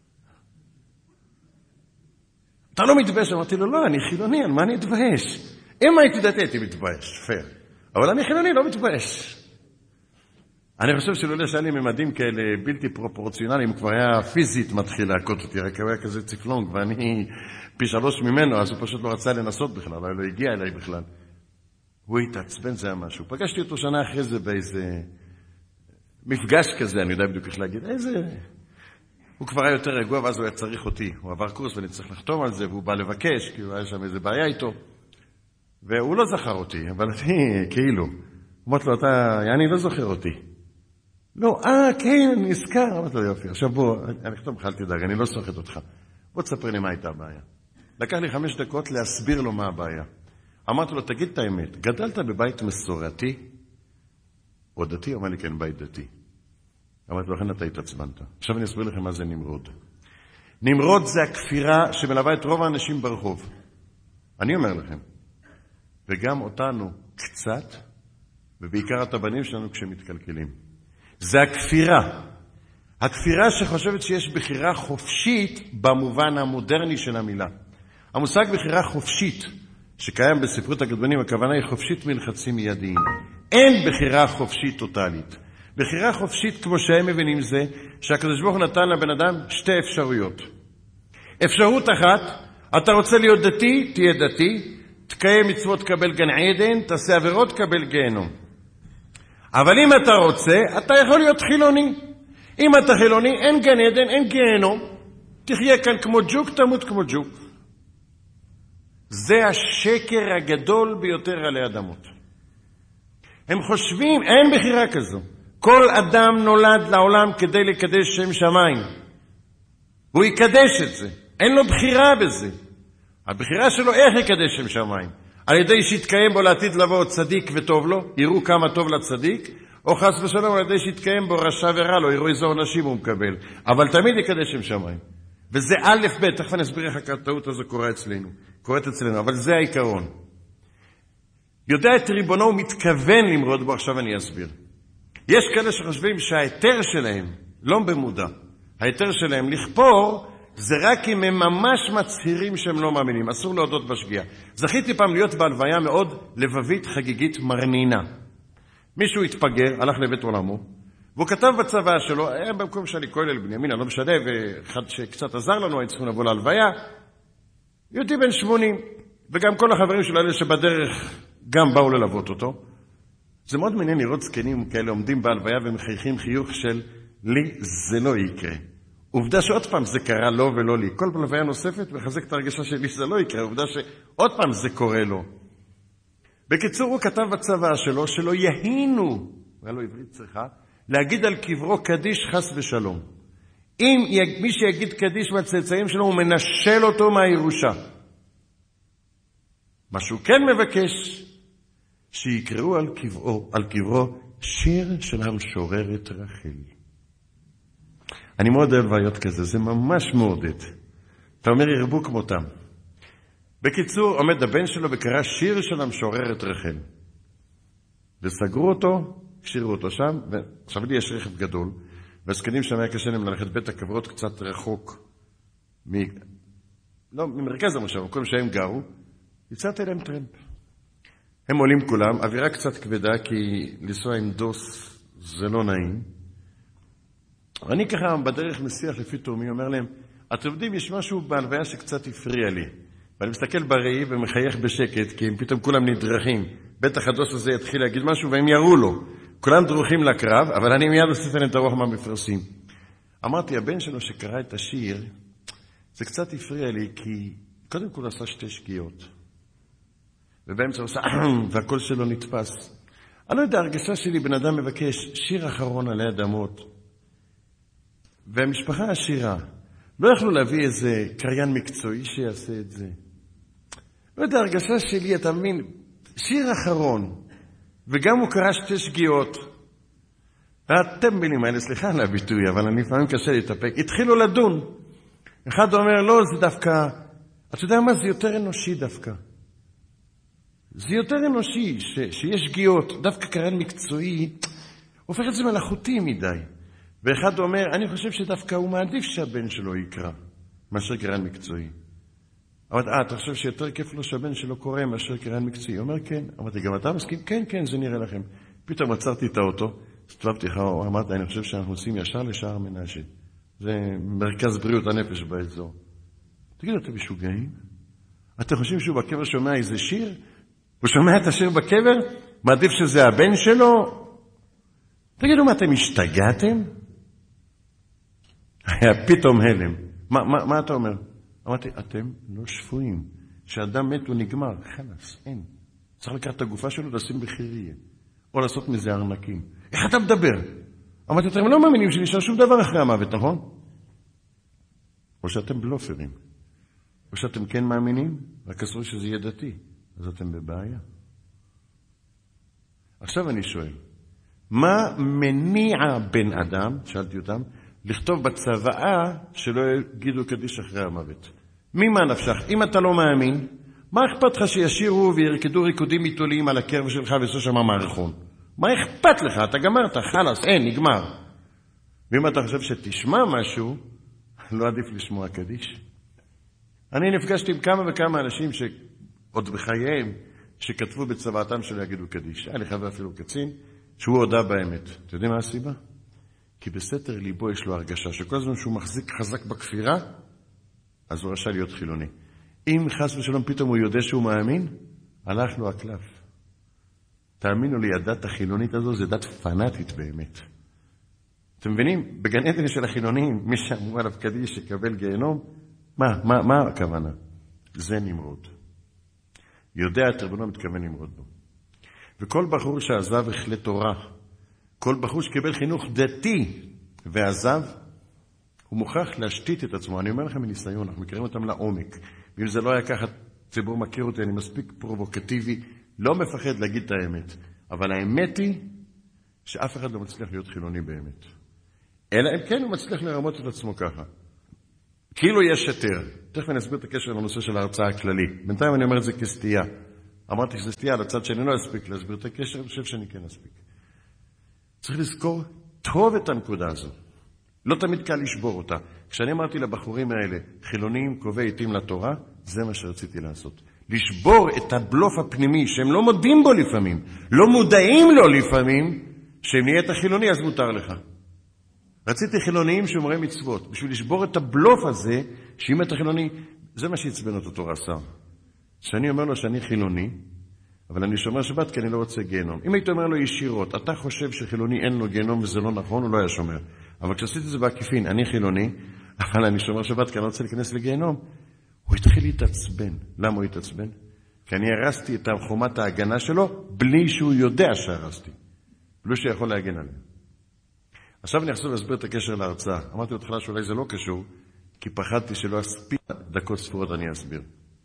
אתה לא מתבייש? אמרתי לו, לא, אני חילוני, על מה אני אתבייש? אם הייתי דתי, הייתי מתבייש, פייר. אבל אני חילוני, לא מתבייש. אני חושב שלולא שהיה לי ממדים כאלה בלתי פרופורציונליים, הוא כבר היה פיזית מתחיל להכות אותי, רק הוא היה כזה צפלונג, ואני פי 3 ממנו, אז הוא פשוט לא רצה לנסות בכלל, אבל לא הגיע אליי בכלל. הוא התעצבן, זה היה משהו. פגשתי אותו שנה אחרי זה באיזה מפגש כזה, אני יודע בדיוק איך להגיד, הוא כבר היה יותר רגוע, ואז הוא היה צריך אותי. הוא עבר קורס ואני צריך לחתום על זה, והוא בא לבקש, כי הוא היה שם איזה בעיה איתו. והוא לא זכר אותי, אבל אני כאילו, אמרת לו, אני לא זוכר אותי. לא, כן, אני נזכר. אמרת לו, יופי, עכשיו בוא, אני אכתוב לך, אל תדאג, אני לא סוחט אותך. בוא תספר לי מה הייתה הבעיה. לקח לי 5 דקות להסביר לו מה הבעיה. אמרתי לו, תגיד את האמת, גדלת בבית מסורתי או דתי? אמר לי, כן, בית דתי. אמרתי לו, לכן אתה התעצבנת. עכשיו אני אסביר לכם מה זה נמרוד. נמרוד זה הכפירה שמלווה את רוב האנשים ברחוב. אני אומר לכם, וגם אותנו קצת, ובעיקר את הבנים שלנו כשמתקלקלים. זה הכפירה. הכפירה שחושבת שיש בחירה חופשית במובן המודרני של המילה. המושג בחירה חופשית שקיים בספרות הקדמונים, הכוונה היא חופשית מלחצים מיידיים. אין בחירה חופשית טוטלית. בחירה חופשית, כמו שהם מבינים, זה שהקדוש ברוך הוא נתן לבן אדם 2 אפשרויות. אפשרות אחת, אתה רוצה להיות דתי, תהיה דתי, תקיים מצוות, קבל גן עדן, תעשה עבירות, קבל גיהנום. אבל אם אתה רוצה, אתה יכול להיות חילוני. אם אתה חילוני, אין גן עדן, אין גיהנום. תחיה כאן כמו ג'וק, תמות כמו ג'וק. זה השקר הגדול ביותר עלי אדמות. הם חושבים, אין בחירה כזו. כל אדם נולד לעולם כדי לקדש שם שמיים. הוא יקדש את זה. אין לו בחירה בזה. הבחירה שלו איך יקדש שם שמיים? על ידי שיתקיים בו לעתיד לבוא צדיק וטוב לו, יראו כמה טוב לצדיק, או חס ושלום על ידי שיתקיים בו רשע ורע לו, יראו איזו עונשים הוא מקבל. אבל תמיד יקדש שם שמיים. וזה א' ב', תכף אני אסביר איך הטעות הזו קורית אצלנו, אבל זה העיקרון. יודע את ריבונו, הוא מתכוון למרוד בו, עכשיו אני אסביר. יש כאלה שחושבים שההיתר שלהם, לא במודע, ההיתר שלהם לכפור, זה רק אם הם ממש מצהירים שהם לא מאמינים, אסור להודות בשגיאה. זכיתי פעם להיות בהלוויה מאוד לבבית, חגיגית, מרנינה. מישהו התפגר, הלך לבית עולמו, והוא כתב בצבא שלו, היה במקום שאני כולל בנימינה, לא משנה, ואחד שקצת עזר לנו, היינו צריכים לבוא להלוויה, יהודי בן 80, וגם כל החברים שלו האלה שבדרך גם באו ללוות אותו. זה מאוד מעניין לראות זקנים כאלה עומדים בהלוויה ומחייכים חיוך של לי זה לא יקרה. עובדה שעוד פעם זה קרה לו ולא לי. כל הלוויה נוספת מחזק את הרגשה שלי שזה לא יקרה. עובדה שעוד פעם זה קורה לו. בקיצור, הוא כתב בצבא שלו שלא יהינו, היה לו עברית צריכה, להגיד על קברו קדיש חס ושלום. אם מי שיגיד קדיש מהצאצאים שלו, הוא מנשל אותו מהירושה. מה שהוא כן מבקש, שיקראו על קברו שיר של המשוררת רחל. אני מאוד אוהב בעיות כזה, זה ממש מעודד. אתה אומר, ירבו כמותם. בקיצור, עומד הבן שלו וקרא שיר של המשוררת רחל. וסגרו אותו, הקשירו אותו שם, ועכשיו לי יש רכב גדול, והזקנים שם היה קשה להם ללכת בית הקברות קצת רחוק, ממרכז המושב, במקום שהם גרו, יצאתי אליהם טרמפ. הם עולים כולם, אווירה קצת כבדה, כי לנסוע עם דוס זה לא נעים. אני ככה בדרך משיח לפי תאומי, אומר להם, אתם יודעים, יש משהו בהלוויה שקצת הפריע לי. ואני מסתכל בראי ומחייך בשקט, כי הם פתאום כולם נדרכים. בטח הדוס הזה יתחיל להגיד משהו, והם יראו לו. כולם דרוכים לקרב, אבל אני מיד אוסף להם את הרוח מהמפרשים. אמרתי, הבן שלו שקרא את השיר, זה קצת הפריע לי, כי קודם כל עשה 2 שגיאות. ובאמצע הוא עושה, והקול שלו נתפס. אני לא יודע, הרגשה שלי, בן אדם מבקש שיר אחרון עלי אדמות. והמשפחה עשירה. לא יכלו להביא איזה קריין מקצועי שיעשה את זה. לא יודע, הרגשה שלי, אתה מבין, שיר אחרון. וגם הוא קרא 2 שגיאות. והטמבלים האלה, סליחה על הביטוי, אבל אני לפעמים קשה להתאפק. התחילו לדון. אחד אומר, לא, זה דווקא, אתה יודע מה, זה יותר אנושי דווקא. זה יותר אנושי שיש שגיאות. דווקא קריין מקצועי, הופך את זה מלאכותי מדי. ואחד אומר, אני חושב שדווקא הוא מעדיף שהבן שלו יקרא, מאשר קריין מקצועי. אמרתי, אתה חושב שיותר כיף לו שהבן שלו קורא מאשר קריין מקצועי? הוא אומר, כן. אמרתי, גם אתה מסכים? כן, כן, זה נראה לכם. פתאום עצרתי את האוטו, כתבתי לך, אמרת, אני חושב שאנחנו עושים ישר לשער מנשה. זה מרכז בריאות הנפש באזור. תגידו, אתם משוגעים? אתם חושבים שהוא בקבר שומע איזה שיר? הוא שומע את השיר בקבר? מעדיף שזה הבן שלו? תגידו, מה, אתם השתגעתם? היה פתאום הלם. מה אתה אומר? אמרתי, אתם לא שפויים. כשאדם מת הוא נגמר. חלס, אין. צריך לקחת את הגופה שלו, לשים בחירייה. או לעשות מזה ארנקים. איך אתה מדבר? אמרתי, אתם לא מאמינים שנשאר שום דבר אחרי המוות, נכון? או שאתם בלופרים. או שאתם כן מאמינים, רק אסור שזה יהיה דתי. אז אתם בבעיה. עכשיו אני שואל, מה מניע בן אדם, שאלתי אותם, לכתוב בצוואה שלא יגידו קדיש אחרי המוות? ממה נפשך? אם אתה לא מאמין, מה אכפת לך שישירו וירקדו ריקודים מיתוליים על הקרב שלך ועשו שם מערכון? מה אכפת לך? אתה גמרת, חלס, אין, נגמר. ואם אתה חושב שתשמע משהו, לא עדיף לשמוע קדיש. אני נפגשתי עם כמה וכמה אנשים שעוד בחייהם, שכתבו בצוואתם שלא יגידו קדיש. היה לי חבר אפילו קצין, שהוא הודע באמת. אתה יודעים מה הסיבה? כי בסתר ליבו יש לו הרגשה שכל הזמן שהוא מחזיק חזק בכפירה, אז הוא רשאי להיות חילוני. אם חס ושלום פתאום הוא יודע שהוא מאמין, הלך לו הקלף. תאמינו לי, הדת החילונית הזו זה דת פנאטית באמת. אתם מבינים? בגן עדן של החילונים, מי שאמרו עליו קדיש יקבל גיהנום, מה הכוונה? זה נמרוד. יודע את רבנו מתכוון נמרוד בו. וכל בחור שעזב החלה תורה, כל בחור שקיבל חינוך דתי ועזב, הוא מוכרח להשתית את עצמו. אני אומר לכם מניסיון, אנחנו מכירים אותם לעומק. ואם זה לא היה ככה, ציבור מכיר אותי, אני מספיק פרובוקטיבי, לא מפחד להגיד את האמת. אבל האמת היא שאף אחד לא מצליח להיות חילוני באמת. אלא אם כן הוא מצליח לרמות את עצמו ככה. כאילו יש שתר. תכף אני אסביר את הקשר לנושא של ההרצאה הכללית. בינתיים אני אומר את זה כסתייה. אמרתי שזה סתייה, לצד שאני לא אספיק להסביר את הקשר, אני חושב שאני כן אספיק. צריך לזכור טוב את הנקודה הזו. לא תמיד קל לשבור אותה. כשאני אמרתי לבחורים האלה, חילונים קובעי עיתים לתורה, זה מה שרציתי לעשות. לשבור את הבלוף הפנימי, שהם לא מודים בו לפעמים, לא מודעים לו לפעמים, שאם נהיית חילוני אז מותר לך. רציתי חילוניים שומרי מצוות, בשביל לשבור את הבלוף הזה, שאם אתה חילוני, זה מה שהצבן אותו תורה שר. שאני אומר לו שאני חילוני, אבל אני שומר שבת כי אני לא רוצה גיהנום. אם היית אומר לו ישירות, אתה חושב שחילוני אין לו גיהנום וזה לא נכון, הוא לא היה שומר. אבל כשעשיתי את זה בעקיפין, אני חילוני, אבל אני שומר שבת כי אני לא רוצה להיכנס לגיהנום, הוא התחיל להתעצבן. למה הוא התעצבן? כי אני הרסתי את חומת ההגנה שלו, בלי שהוא יודע שהרסתי. בלי שהוא יכול להגן עליה. עכשיו אני אחזור להסביר את הקשר להרצאה. אמרתי אותך שאולי זה לא קשור, כי פחדתי שלא אספיק דקות ספורות אני אסביר.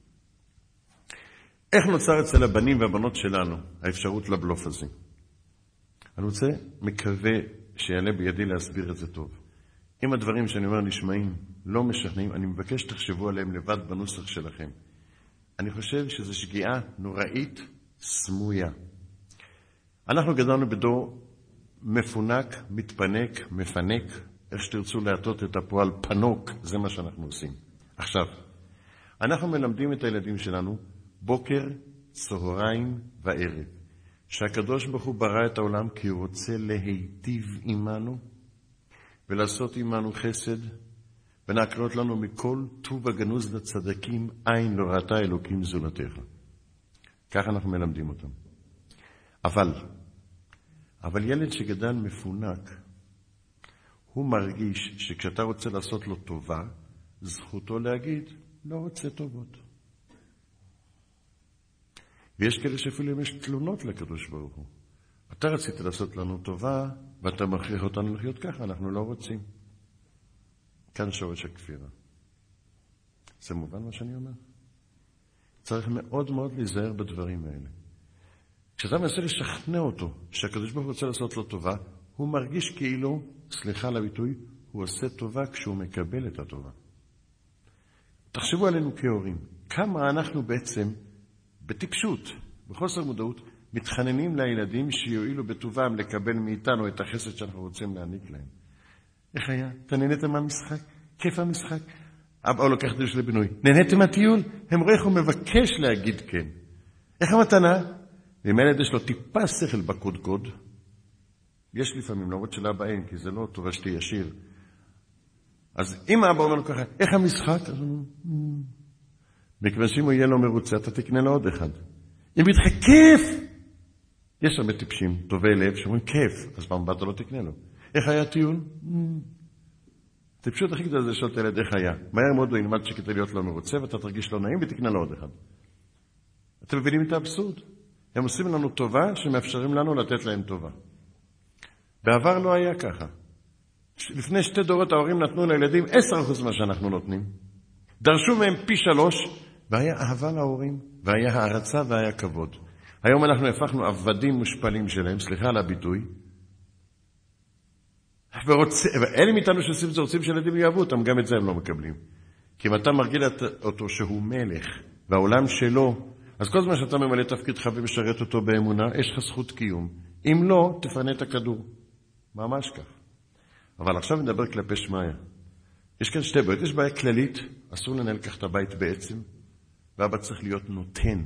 איך נוצר אצל הבנים והבנות שלנו האפשרות לבלוף הזה? אני רוצה, מקווה שיעלה בידי להסביר את זה טוב. אם הדברים שאני אומר נשמעים לא משכנעים, אני מבקש שתחשבו עליהם לבד בנוסח שלכם. אני חושב שזו שגיאה נוראית, סמויה. אנחנו גדלנו בדור מפונק, מתפנק, מפנק, איך שתרצו להטות את הפועל פנוק, זה מה שאנחנו עושים. עכשיו, אנחנו מלמדים את הילדים שלנו בוקר, צהריים וערב, שהקדוש ברוך הוא ברא את העולם כי הוא רוצה להיטיב עמנו ולעשות עמנו חסד ולהקנות לנו מכל טוב הגנוז לצדקים, עין לא ראתה אלוקים זולתך. ככה אנחנו מלמדים אותם. אבל ילד שגדל מפונק, הוא מרגיש שכשאתה רוצה לעשות לו טובה, זכותו להגיד, לא רוצה טובות. ויש כאלה שאפילו יש תלונות לקדוש ברוך הוא. אתה רצית לעשות לנו טובה, ואתה מכריח אותנו לחיות ככה, אנחנו לא רוצים. כאן שורש הכפירה. זה מובן מה שאני אומר? צריך מאוד מאוד להיזהר בדברים האלה. כשאתה מנסה לשכנע אותו שהקדוש ברוך הוא רוצה לעשות לו טובה, הוא מרגיש כאילו, סליחה על הביטוי, הוא עושה טובה כשהוא מקבל את הטובה. תחשבו עלינו כהורים, כמה אנחנו בעצם בטיפשות, בחוסר מודעות, מתחננים לילדים שיועילו בטובם לקבל מאיתנו את החסד שאנחנו רוצים להעניק להם. איך היה? אתה נהניתם מהמשחק? כיף המשחק? אבא הוא לוקח את זה של בינוי. נהניתם מהטיול? הם רואים איך הוא מבקש להגיד כן. איך המתנה? ואם הילד יש לו טיפה שכל בקודקוד, יש לפעמים, למרות שלאבא אין, כי זה לא תורשתי ישיר. אז אם האבא אומר לו ככה, איך המשחק? אז הוא אומר, מכיוון שאם הוא יהיה לו מרוצה, אתה תקנה לו עוד אחד. אם יתחיל כיף! יש הרבה טיפשים, טובי לב, שאומרים כיף, אז פעם באת לא תקנה לו. איך היה טיול? טיפשות הכי גדולה זה לשאול את הילד איך היה. מהר מאוד הוא ילמד שכדי להיות לא מרוצה, ואתה תרגיש לא נעים ותקנה לו עוד אחד. אתם מבינים את האבסורד? הם עושים לנו טובה שמאפשרים לנו לתת להם טובה. בעבר לא היה ככה. לפני 2 דורות ההורים נתנו לילדים 10% מה שאנחנו נותנים. דרשו מהם פי 3, והיה אהבה להורים, והיה הערצה והיה כבוד. היום אנחנו הפכנו עבדים מושפלים שלהם, סליחה על הביטוי, ואלה מאיתנו שעושים זה רוצים שילדים יאהבו אותם, גם את זה הם לא מקבלים. כי אם אתה מרגיל אותו שהוא מלך, והעולם שלו, אז כל זמן שאתה ממלא תפקידך ומשרת אותו באמונה, יש לך זכות קיום. אם לא, תפנה את הכדור. ממש כך. אבל עכשיו נדבר כלפי שמיה. יש כאן 2 בעיות. יש בעיה כללית, אסור לנהל כך את הבית בעצם, ואבא צריך להיות נותן,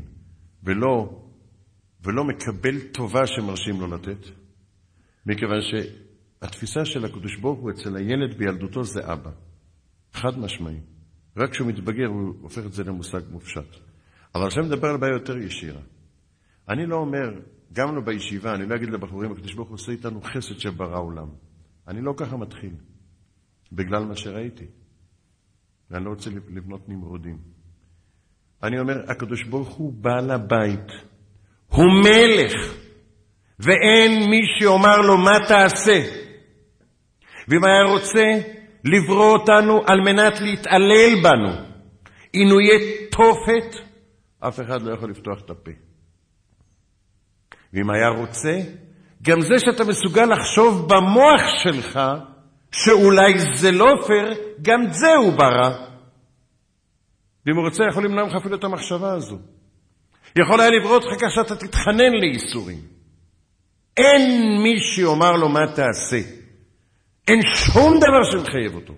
ולא מקבל טובה שמרשים לו לתת, מכיוון שהתפיסה של הקדוש ברוך הוא אצל הילד בילדותו זה אבא. חד משמעי. רק כשהוא מתבגר הוא הופך את זה למושג מופשט. אבל עכשיו מדבר על בעיה יותר ישירה. אני לא אומר, גם לא בישיבה, אני לא אגיד לבחורים, הקדוש ברוך הוא עושה איתנו חסד שברא עולם. אני לא ככה מתחיל, בגלל מה שראיתי. ואני לא רוצה לבנות נמרודים. אני אומר, הקדוש ברוך הוא בעל הבית. הוא מלך, ואין מי שאומר לו מה תעשה. ואם היה רוצה לברוא אותנו על מנת להתעלל בנו, עינויי תופת, אף אחד לא יכול לפתוח את הפה. ואם היה רוצה, גם זה שאתה מסוגל לחשוב במוח שלך, שאולי זה לא פייר, גם זה הוא ברא. ואם הוא רוצה, יכול למנוע לך אפילו את המחשבה הזו. יכול היה לברוא אותך כך שאתה תתחנן לאיסורים. אין מי שאומר לו מה תעשה. אין שום דבר שמחייב אותו.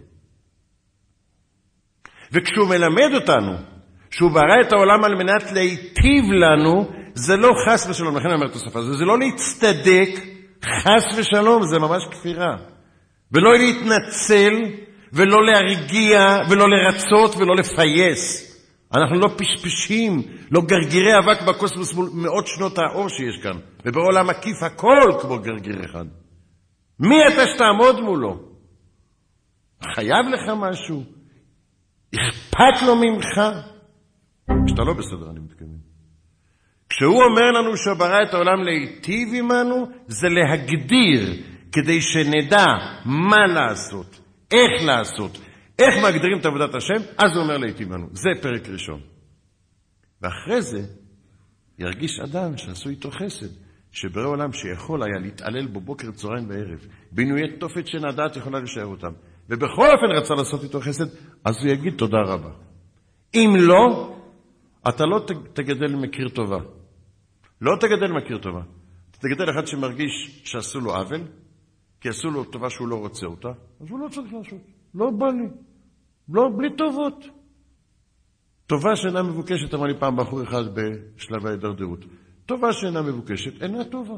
וכשהוא מלמד אותנו, שהוא ברא את העולם על מנת להיטיב לנו, זה לא חס ושלום, לכן אני אומר את השפה הזו, זה לא להצטדק, חס ושלום, זה ממש כפירה. ולא להתנצל, ולא להרגיע, ולא לרצות, ולא לפייס. אנחנו לא פשפשים, לא גרגירי אבק בקוסמוס מול מאות שנות האור שיש כאן. ובעולם מקיף הכל כמו גרגיר אחד. מי אתה שתעמוד מולו? חייב לך משהו? אכפת לו ממך? כשאתה לא בסדר, אני מתכוון. כשהוא אומר לנו שברא את העולם להיטיב עמנו, זה להגדיר, כדי שנדע מה לעשות, איך לעשות, איך מגדירים את עבודת השם, אז הוא אומר להיטיב עמנו. זה פרק ראשון. ואחרי זה, ירגיש אדם שעשו איתו חסד, שברא עולם שיכול היה להתעלל בו בוקר, צהריים וערב, בינויי תופת שנדעת יכולה לשאר אותם, ובכל אופן רצה לעשות איתו חסד, אז הוא יגיד תודה רבה. אם לא, אתה לא תגדל מכיר טובה. לא תגדל מכיר טובה. אתה תגדל אחד שמרגיש שעשו לו עוול, כי עשו לו טובה שהוא לא רוצה אותה, אז הוא לא צריך לעשות. לא בא לי. לא, בלי טובות. טובה שאינה מבוקשת, אמר לי פעם בחור אחד בשלב ההידרדרות. טובה שאינה מבוקשת, אינה טובה.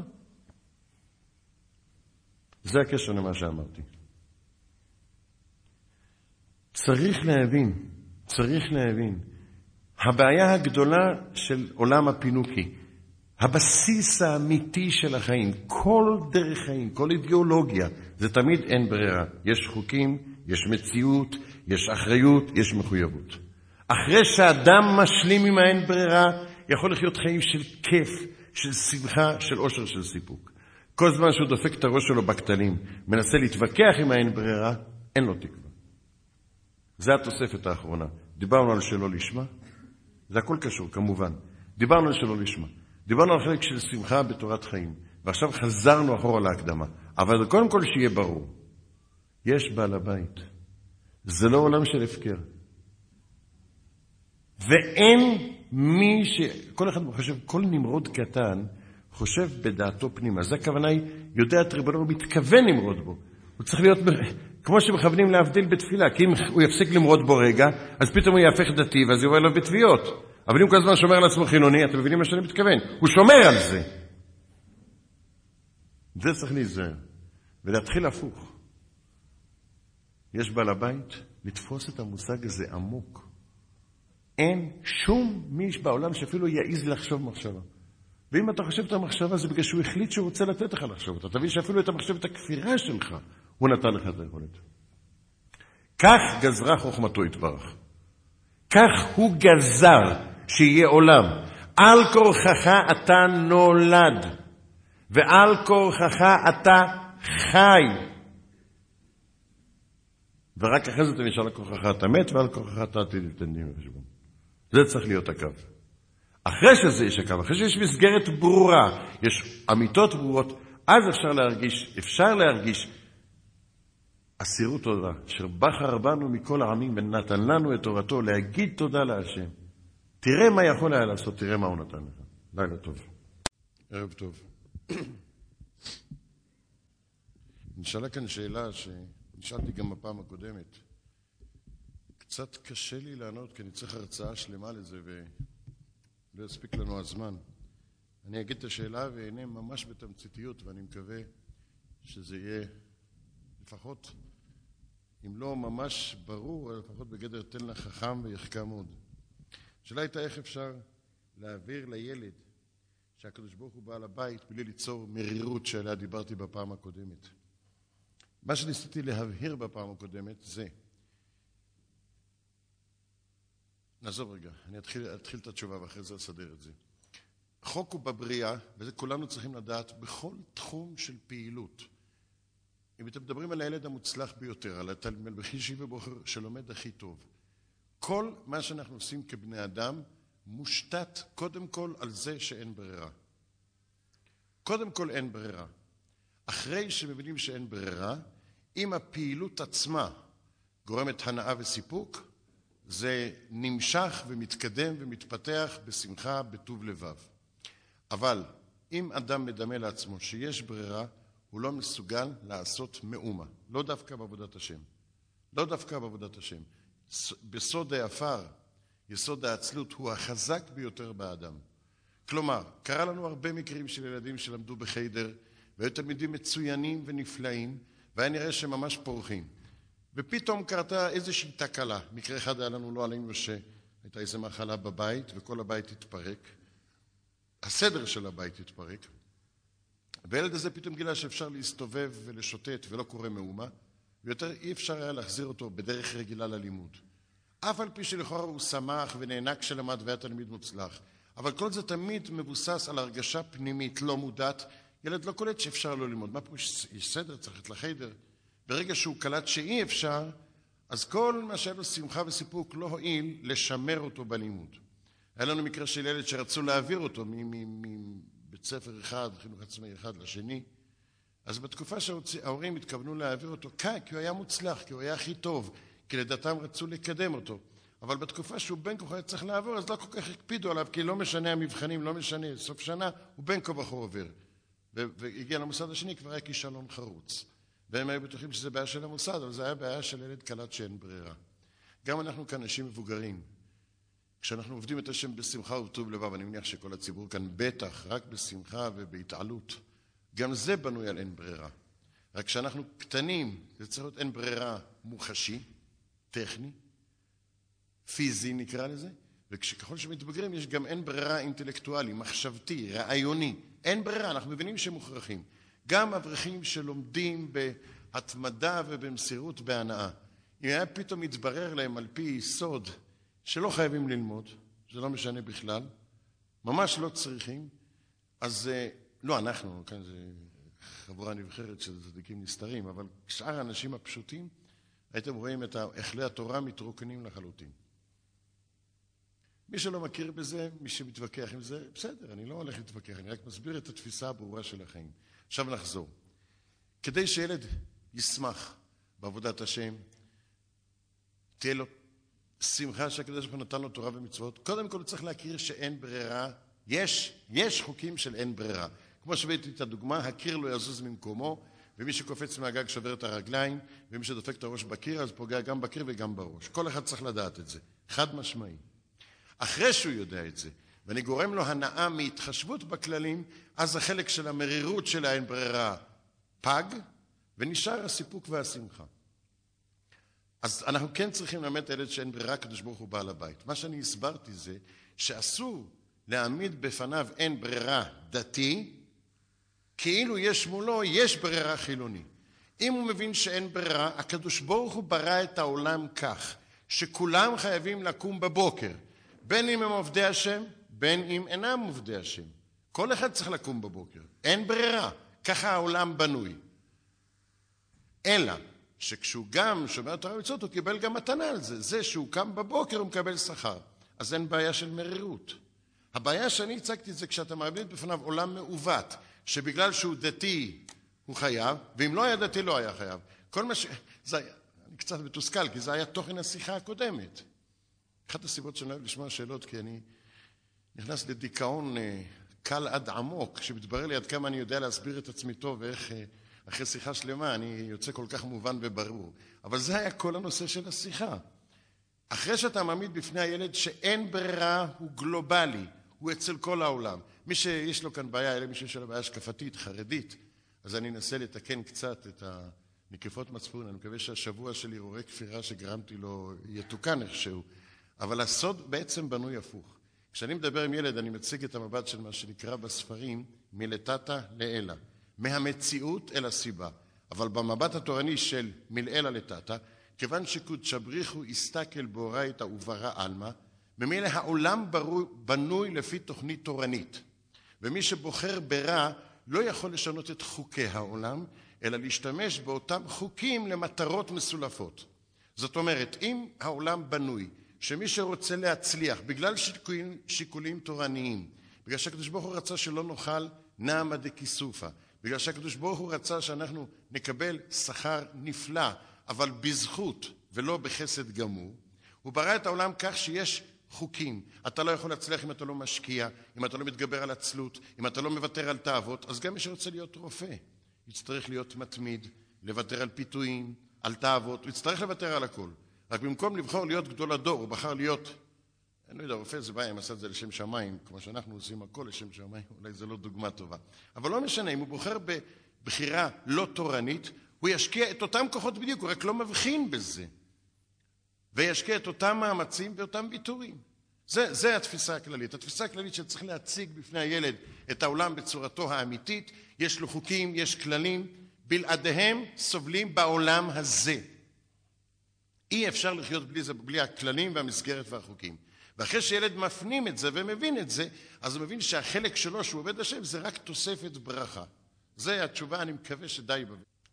זה הקשר למה שאמרתי. צריך להבין. הבעיה הגדולה של עולם הפינוקי, הבסיס האמיתי של החיים, כל דרך חיים, כל אידיאולוגיה, זה תמיד אין ברירה. יש חוקים, יש מציאות, יש אחריות, יש מחויבות. אחרי שאדם משלים עם האין ברירה, יכול לחיות חיים של כיף, של שמחה, של עושר, של סיפוק. כל זמן שהוא דופק את הראש שלו בכתלים, מנסה להתווכח עם האין ברירה, אין לו תקווה. זה התוספת האחרונה. דיברנו על שלא לשמה, זה הכל קשור, כמובן. דיברנו על שלא לשמה. דיברנו על חלק של שמחה בתורת חיים, ועכשיו חזרנו אחורה להקדמה. אבל קודם כל שיהיה ברור. יש בעל הבית. זה לא עולם של הפקר. ואין מי כל אחד חושב, כל נמרוד קטן חושב בדעתו פנימה. זה הכוונה היא, יודע את ריבונו, הוא מתכוון למרוד בו. הוא צריך להיות, כמו שמכוונים להבדיל בתפילה, כי אם הוא יפסיק למרוד בו רגע, אז פתאום הוא יהפך דתי, ואז הוא יורד לו בתביעות. אבל אם כל הזמן שומר על עצמו חילוני, אתם מבינים מה שאני מתכוון? הוא שומר על זה. זה צריך להיזהר. ולהתחיל הפוך. יש בעל הבית לתפוס את המושג הזה עמוק. אין שום מיש בעולם שאפילו יעיז לחשוב מחשבה. ואם אתה חושב את המחשבה, זה בגלל שהוא החליט שהוא רוצה לתת לך לחשוב אותה. תבין שאפילו את המחשבת הכפירה שלך, הוא נתן לך את היכולת. כך גזרה חוכמתו יתברך. כך הוא גזר שיהיה עולם. על כורחך אתה נולד, ועל כורחך אתה חי. ורק אחרי זה אתה נשאר על כורחך אתה מת, ועל כורחך אתה עתיד לתן דין וחשבון. זה צריך להיות הקו. אחרי שזה יש הקו, אחרי שיש מסגרת ברורה, יש אמיתות ברורות, אז אפשר להרגיש אסירות תודה, אשר בחר בנו מכל העמים ונתן לנו את תורתו, להגיד תודה להשם. תראה מה יכול היה לעשות, תראה מה הוא נתן לך. לילה טוב. ערב טוב. נשאלה כאן שאלה שנשאלתי גם בפעם הקודמת. קצת קשה לי לענות, כי אני צריך הרצאה שלמה לזה, ולא יספיק לנו הזמן. אני אגיד את השאלה ואענה ממש בתמציתיות, ואני מקווה שזה יהיה לפחות, אם לא ממש ברור, אבל לפחות בגדר תלנה חכם ויחכם עוד. השאלה הייתה איך אפשר להעביר לילד שהקדוש ברוך הוא בעל הבית בלי ליצור מרירות שעליה דיברתי בפעם הקודמת. מה שניסיתי להבהיר בפעם הקודמת זה, נעזוב רגע, אני אתחיל את התשובה ואחרי זה אסדר את זה. חוק הוא בבריאה, וזה כולנו צריכים לדעת, בכל תחום של פעילות. אם אתם מדברים על הילד המוצלח ביותר, על התלמיד בחישי ובוחר שלומד הכי טוב, כל מה שאנחנו עושים כבני אדם מושתת קודם כל על זה שאין ברירה. קודם כל אין ברירה. אחרי שמבינים שאין ברירה, אם הפעילות עצמה גורמת הנאה וסיפוק, זה נמשך ומתקדם ומתפתח בשמחה, בטוב לבב. אבל אם אדם מדמה לעצמו שיש ברירה, הוא לא מסוגל לעשות מאומה. לא דווקא בעבודת השם. לא דווקא בעבודת השם. בסוד האפר, יסוד העצלות, הוא החזק ביותר באדם. כלומר, קרה לנו הרבה מקרים של ילדים שלמדו בחיידר, והיו תלמידים מצוינים ונפלאים, והיה נראה שממש פורחים. ופתאום קרתה איזושהי תקלה. מקרה אחד היה לנו, לא עלינו, שהייתה איזו מחלה בבית, וכל הבית התפרק. הסדר של הבית התפרק. והילד הזה פתאום גילה שאפשר להסתובב ולשוטט ולא קורה מאומה, ויותר אי אפשר היה להחזיר אותו בדרך רגילה ללימוד. אף על פי שלכאורה הוא שמח ונהנה כשלמד והיה תלמיד מוצלח. אבל כל זה תמיד מבוסס על הרגשה פנימית לא מודעת. ילד לא קולט שאפשר לא ללמוד. מה פה יש סדר? צריך ללכת לחיידר. ברגע שהוא קלט שאי אפשר, אז כל מה שהיה לו שמחה וסיפוק לא הועיל לשמר אותו בלימוד. היה לנו מקרה של ילד שרצו להעביר אותו מבית ספר אחד, חינוך עצמאי אחד לשני. אז בתקופה שההורים התכוונו להעביר אותו, כי הוא היה מוצלח, כי הוא היה הכי טוב, כי לדעתם רצו לקדם אותו. אבל בתקופה שהוא בין כה היה צריך לעבור, אז לא כל כך הקפידו עליו, כי לא משנה המבחנים, לא משנה, סוף שנה הוא בין כה בחור עובר. והגיע למוסד השני, כבר היה כישלון חרוץ. והם היו בטוחים שזה בעיה של המוסד, אבל זה היה בעיה של ילד קלט שאין ברירה. גם אנחנו כאנשים מבוגרים, כשאנחנו עובדים את השם בשמחה וטוב לבב, אני מניח שכל הציבור כאן בטח, רק בשמחה ובהתעלות, גם זה בנוי על אין ברירה. רק כשאנחנו קטנים, זה צריך להיות אין ברירה מוחשי, טכני, פיזי נקרא לזה, וכשככל שמתבגרים יש גם אין ברירה אינטלקטואלי, מחשבתי, רעיוני. אין ברירה, אנחנו מבינים שהם מוכרחים. גם אברכים שלומדים בהתמדה ובמסירות בהנאה. אם היה פתאום מתברר להם על פי יסוד שלא חייבים ללמוד, זה לא משנה בכלל, ממש לא צריכים, אז לא אנחנו, כאן זה חבורה נבחרת של צדיקים נסתרים, אבל שאר האנשים הפשוטים, הייתם רואים את אכלי התורה מתרוקנים לחלוטין. מי שלא מכיר בזה, מי שמתווכח עם זה, בסדר, אני לא הולך להתווכח, אני רק מסביר את התפיסה הברורה של החיים. עכשיו נחזור. כדי שילד ישמח בעבודת השם, תהיה לו שמחה שהקדוש ברוך הוא נתן לו תורה ומצוות, קודם כל צריך להכיר שאין ברירה, יש חוקים של אין ברירה. כמו שהבאתי את הדוגמה, הקיר לא יזוז ממקומו, ומי שקופץ מהגג שובר את הרגליים, ומי שדופק את הראש בקיר, אז פוגע גם בקיר וגם בראש. כל אחד צריך לדעת את זה, חד משמעי. אחרי שהוא יודע את זה, ואני גורם לו הנאה מהתחשבות בכללים, אז החלק של המרירות של האין ברירה פג, ונשאר הסיפוק והשמחה. אז אנחנו כן צריכים ללמד את הילד שאין ברירה, הקדוש ברוך הוא בעל הבית. מה שאני הסברתי זה שאסור להעמיד בפניו אין ברירה דתי, כאילו יש מולו, יש ברירה חילוני. אם הוא מבין שאין ברירה, הקדוש ברוך הוא ברא את העולם כך, שכולם חייבים לקום בבוקר, בין אם הם עובדי השם, בין אם אינם עובדי השם. כל אחד צריך לקום בבוקר, אין ברירה, ככה העולם בנוי. אלא שכשהוא גם שומר תורה ומצוות, הוא קיבל גם מתנה על זה. זה שהוא קם בבוקר, הוא מקבל שכר. אז אין בעיה של מרירות. הבעיה שאני הצגתי זה כשאתה מעמיד בפניו עולם מעוות, שבגלל שהוא דתי הוא חייב, ואם לא היה דתי לא היה חייב. כל מה אני קצת מתוסכל, כי זה היה תוכן השיחה הקודמת. אחת הסיבות שאני אוהב לשמוע שאלות, כי אני נכנס לדיכאון קל עד עמוק, שמתברר לי עד כמה אני יודע להסביר את עצמי טוב, ואיך אחרי שיחה שלמה אני יוצא כל כך מובן וברור. אבל זה היה כל הנושא של השיחה. אחרי שאתה מעמיד בפני הילד שאין ברירה, הוא גלובלי, הוא אצל כל העולם. מי שיש לו כאן בעיה, אלא מי שיש לו בעיה השקפתית, חרדית, אז אני אנסה לתקן קצת את הנקיפות מצפון. אני מקווה שהשבוע של הרהורי כפירה שגרמתי לו יתוקן איכשהו. אבל הסוד בעצם בנוי הפוך. כשאני מדבר עם ילד, אני מציג את המבט של מה שנקרא בספרים, מלתתא לאלא. מהמציאות אל הסיבה. אבל במבט התורני של מלאלה לתתא, כיוון שקודשא בריחו הסתכל באורייתא וברא עלמא, ממילא העולם בנוי לפי תוכנית תורנית. ומי שבוחר ברע לא יכול לשנות את חוקי העולם, אלא להשתמש באותם חוקים למטרות מסולפות. זאת אומרת, אם העולם בנוי, שמי שרוצה להצליח בגלל שיקולים תורניים, בגלל שהקדוש ברוך הוא רצה שלא נאכל נעמא דכיסופא, בגלל שהקדוש ברוך הוא רצה שאנחנו נקבל שכר נפלא, אבל בזכות ולא בחסד גמור, הוא ברא את העולם כך שיש חוקים. אתה לא יכול להצליח אם אתה לא משקיע, אם אתה לא מתגבר על עצלות, אם אתה לא מוותר על תאוות. אז גם מי שרוצה להיות רופא יצטרך להיות מתמיד, לוותר על פיתויים, על תאוות, הוא יצטרך לוותר על הכל. רק במקום לבחור להיות גדול הדור, הוא בחר להיות, אני לא יודע, רופא זה בעיה, אם עשה את זה לשם שמיים, כמו שאנחנו עושים הכל לשם שמיים, אולי זה לא דוגמה טובה. אבל לא משנה, אם הוא בוחר בבחירה לא תורנית, הוא ישקיע את אותם כוחות בדיוק, הוא רק לא מבחין בזה. וישקיע את אותם מאמצים ואותם ויתורים. זה התפיסה הכללית. התפיסה הכללית שצריך להציג בפני הילד את העולם בצורתו האמיתית. יש לו חוקים, יש כללים, בלעדיהם סובלים בעולם הזה. אי אפשר לחיות בלי זה, בלי הכללים והמסגרת והחוקים. ואחרי שילד מפנים את זה ומבין את זה, אז הוא מבין שהחלק שלו שהוא עובד השם זה רק תוספת ברכה. זה התשובה, אני מקווה שדי בזה.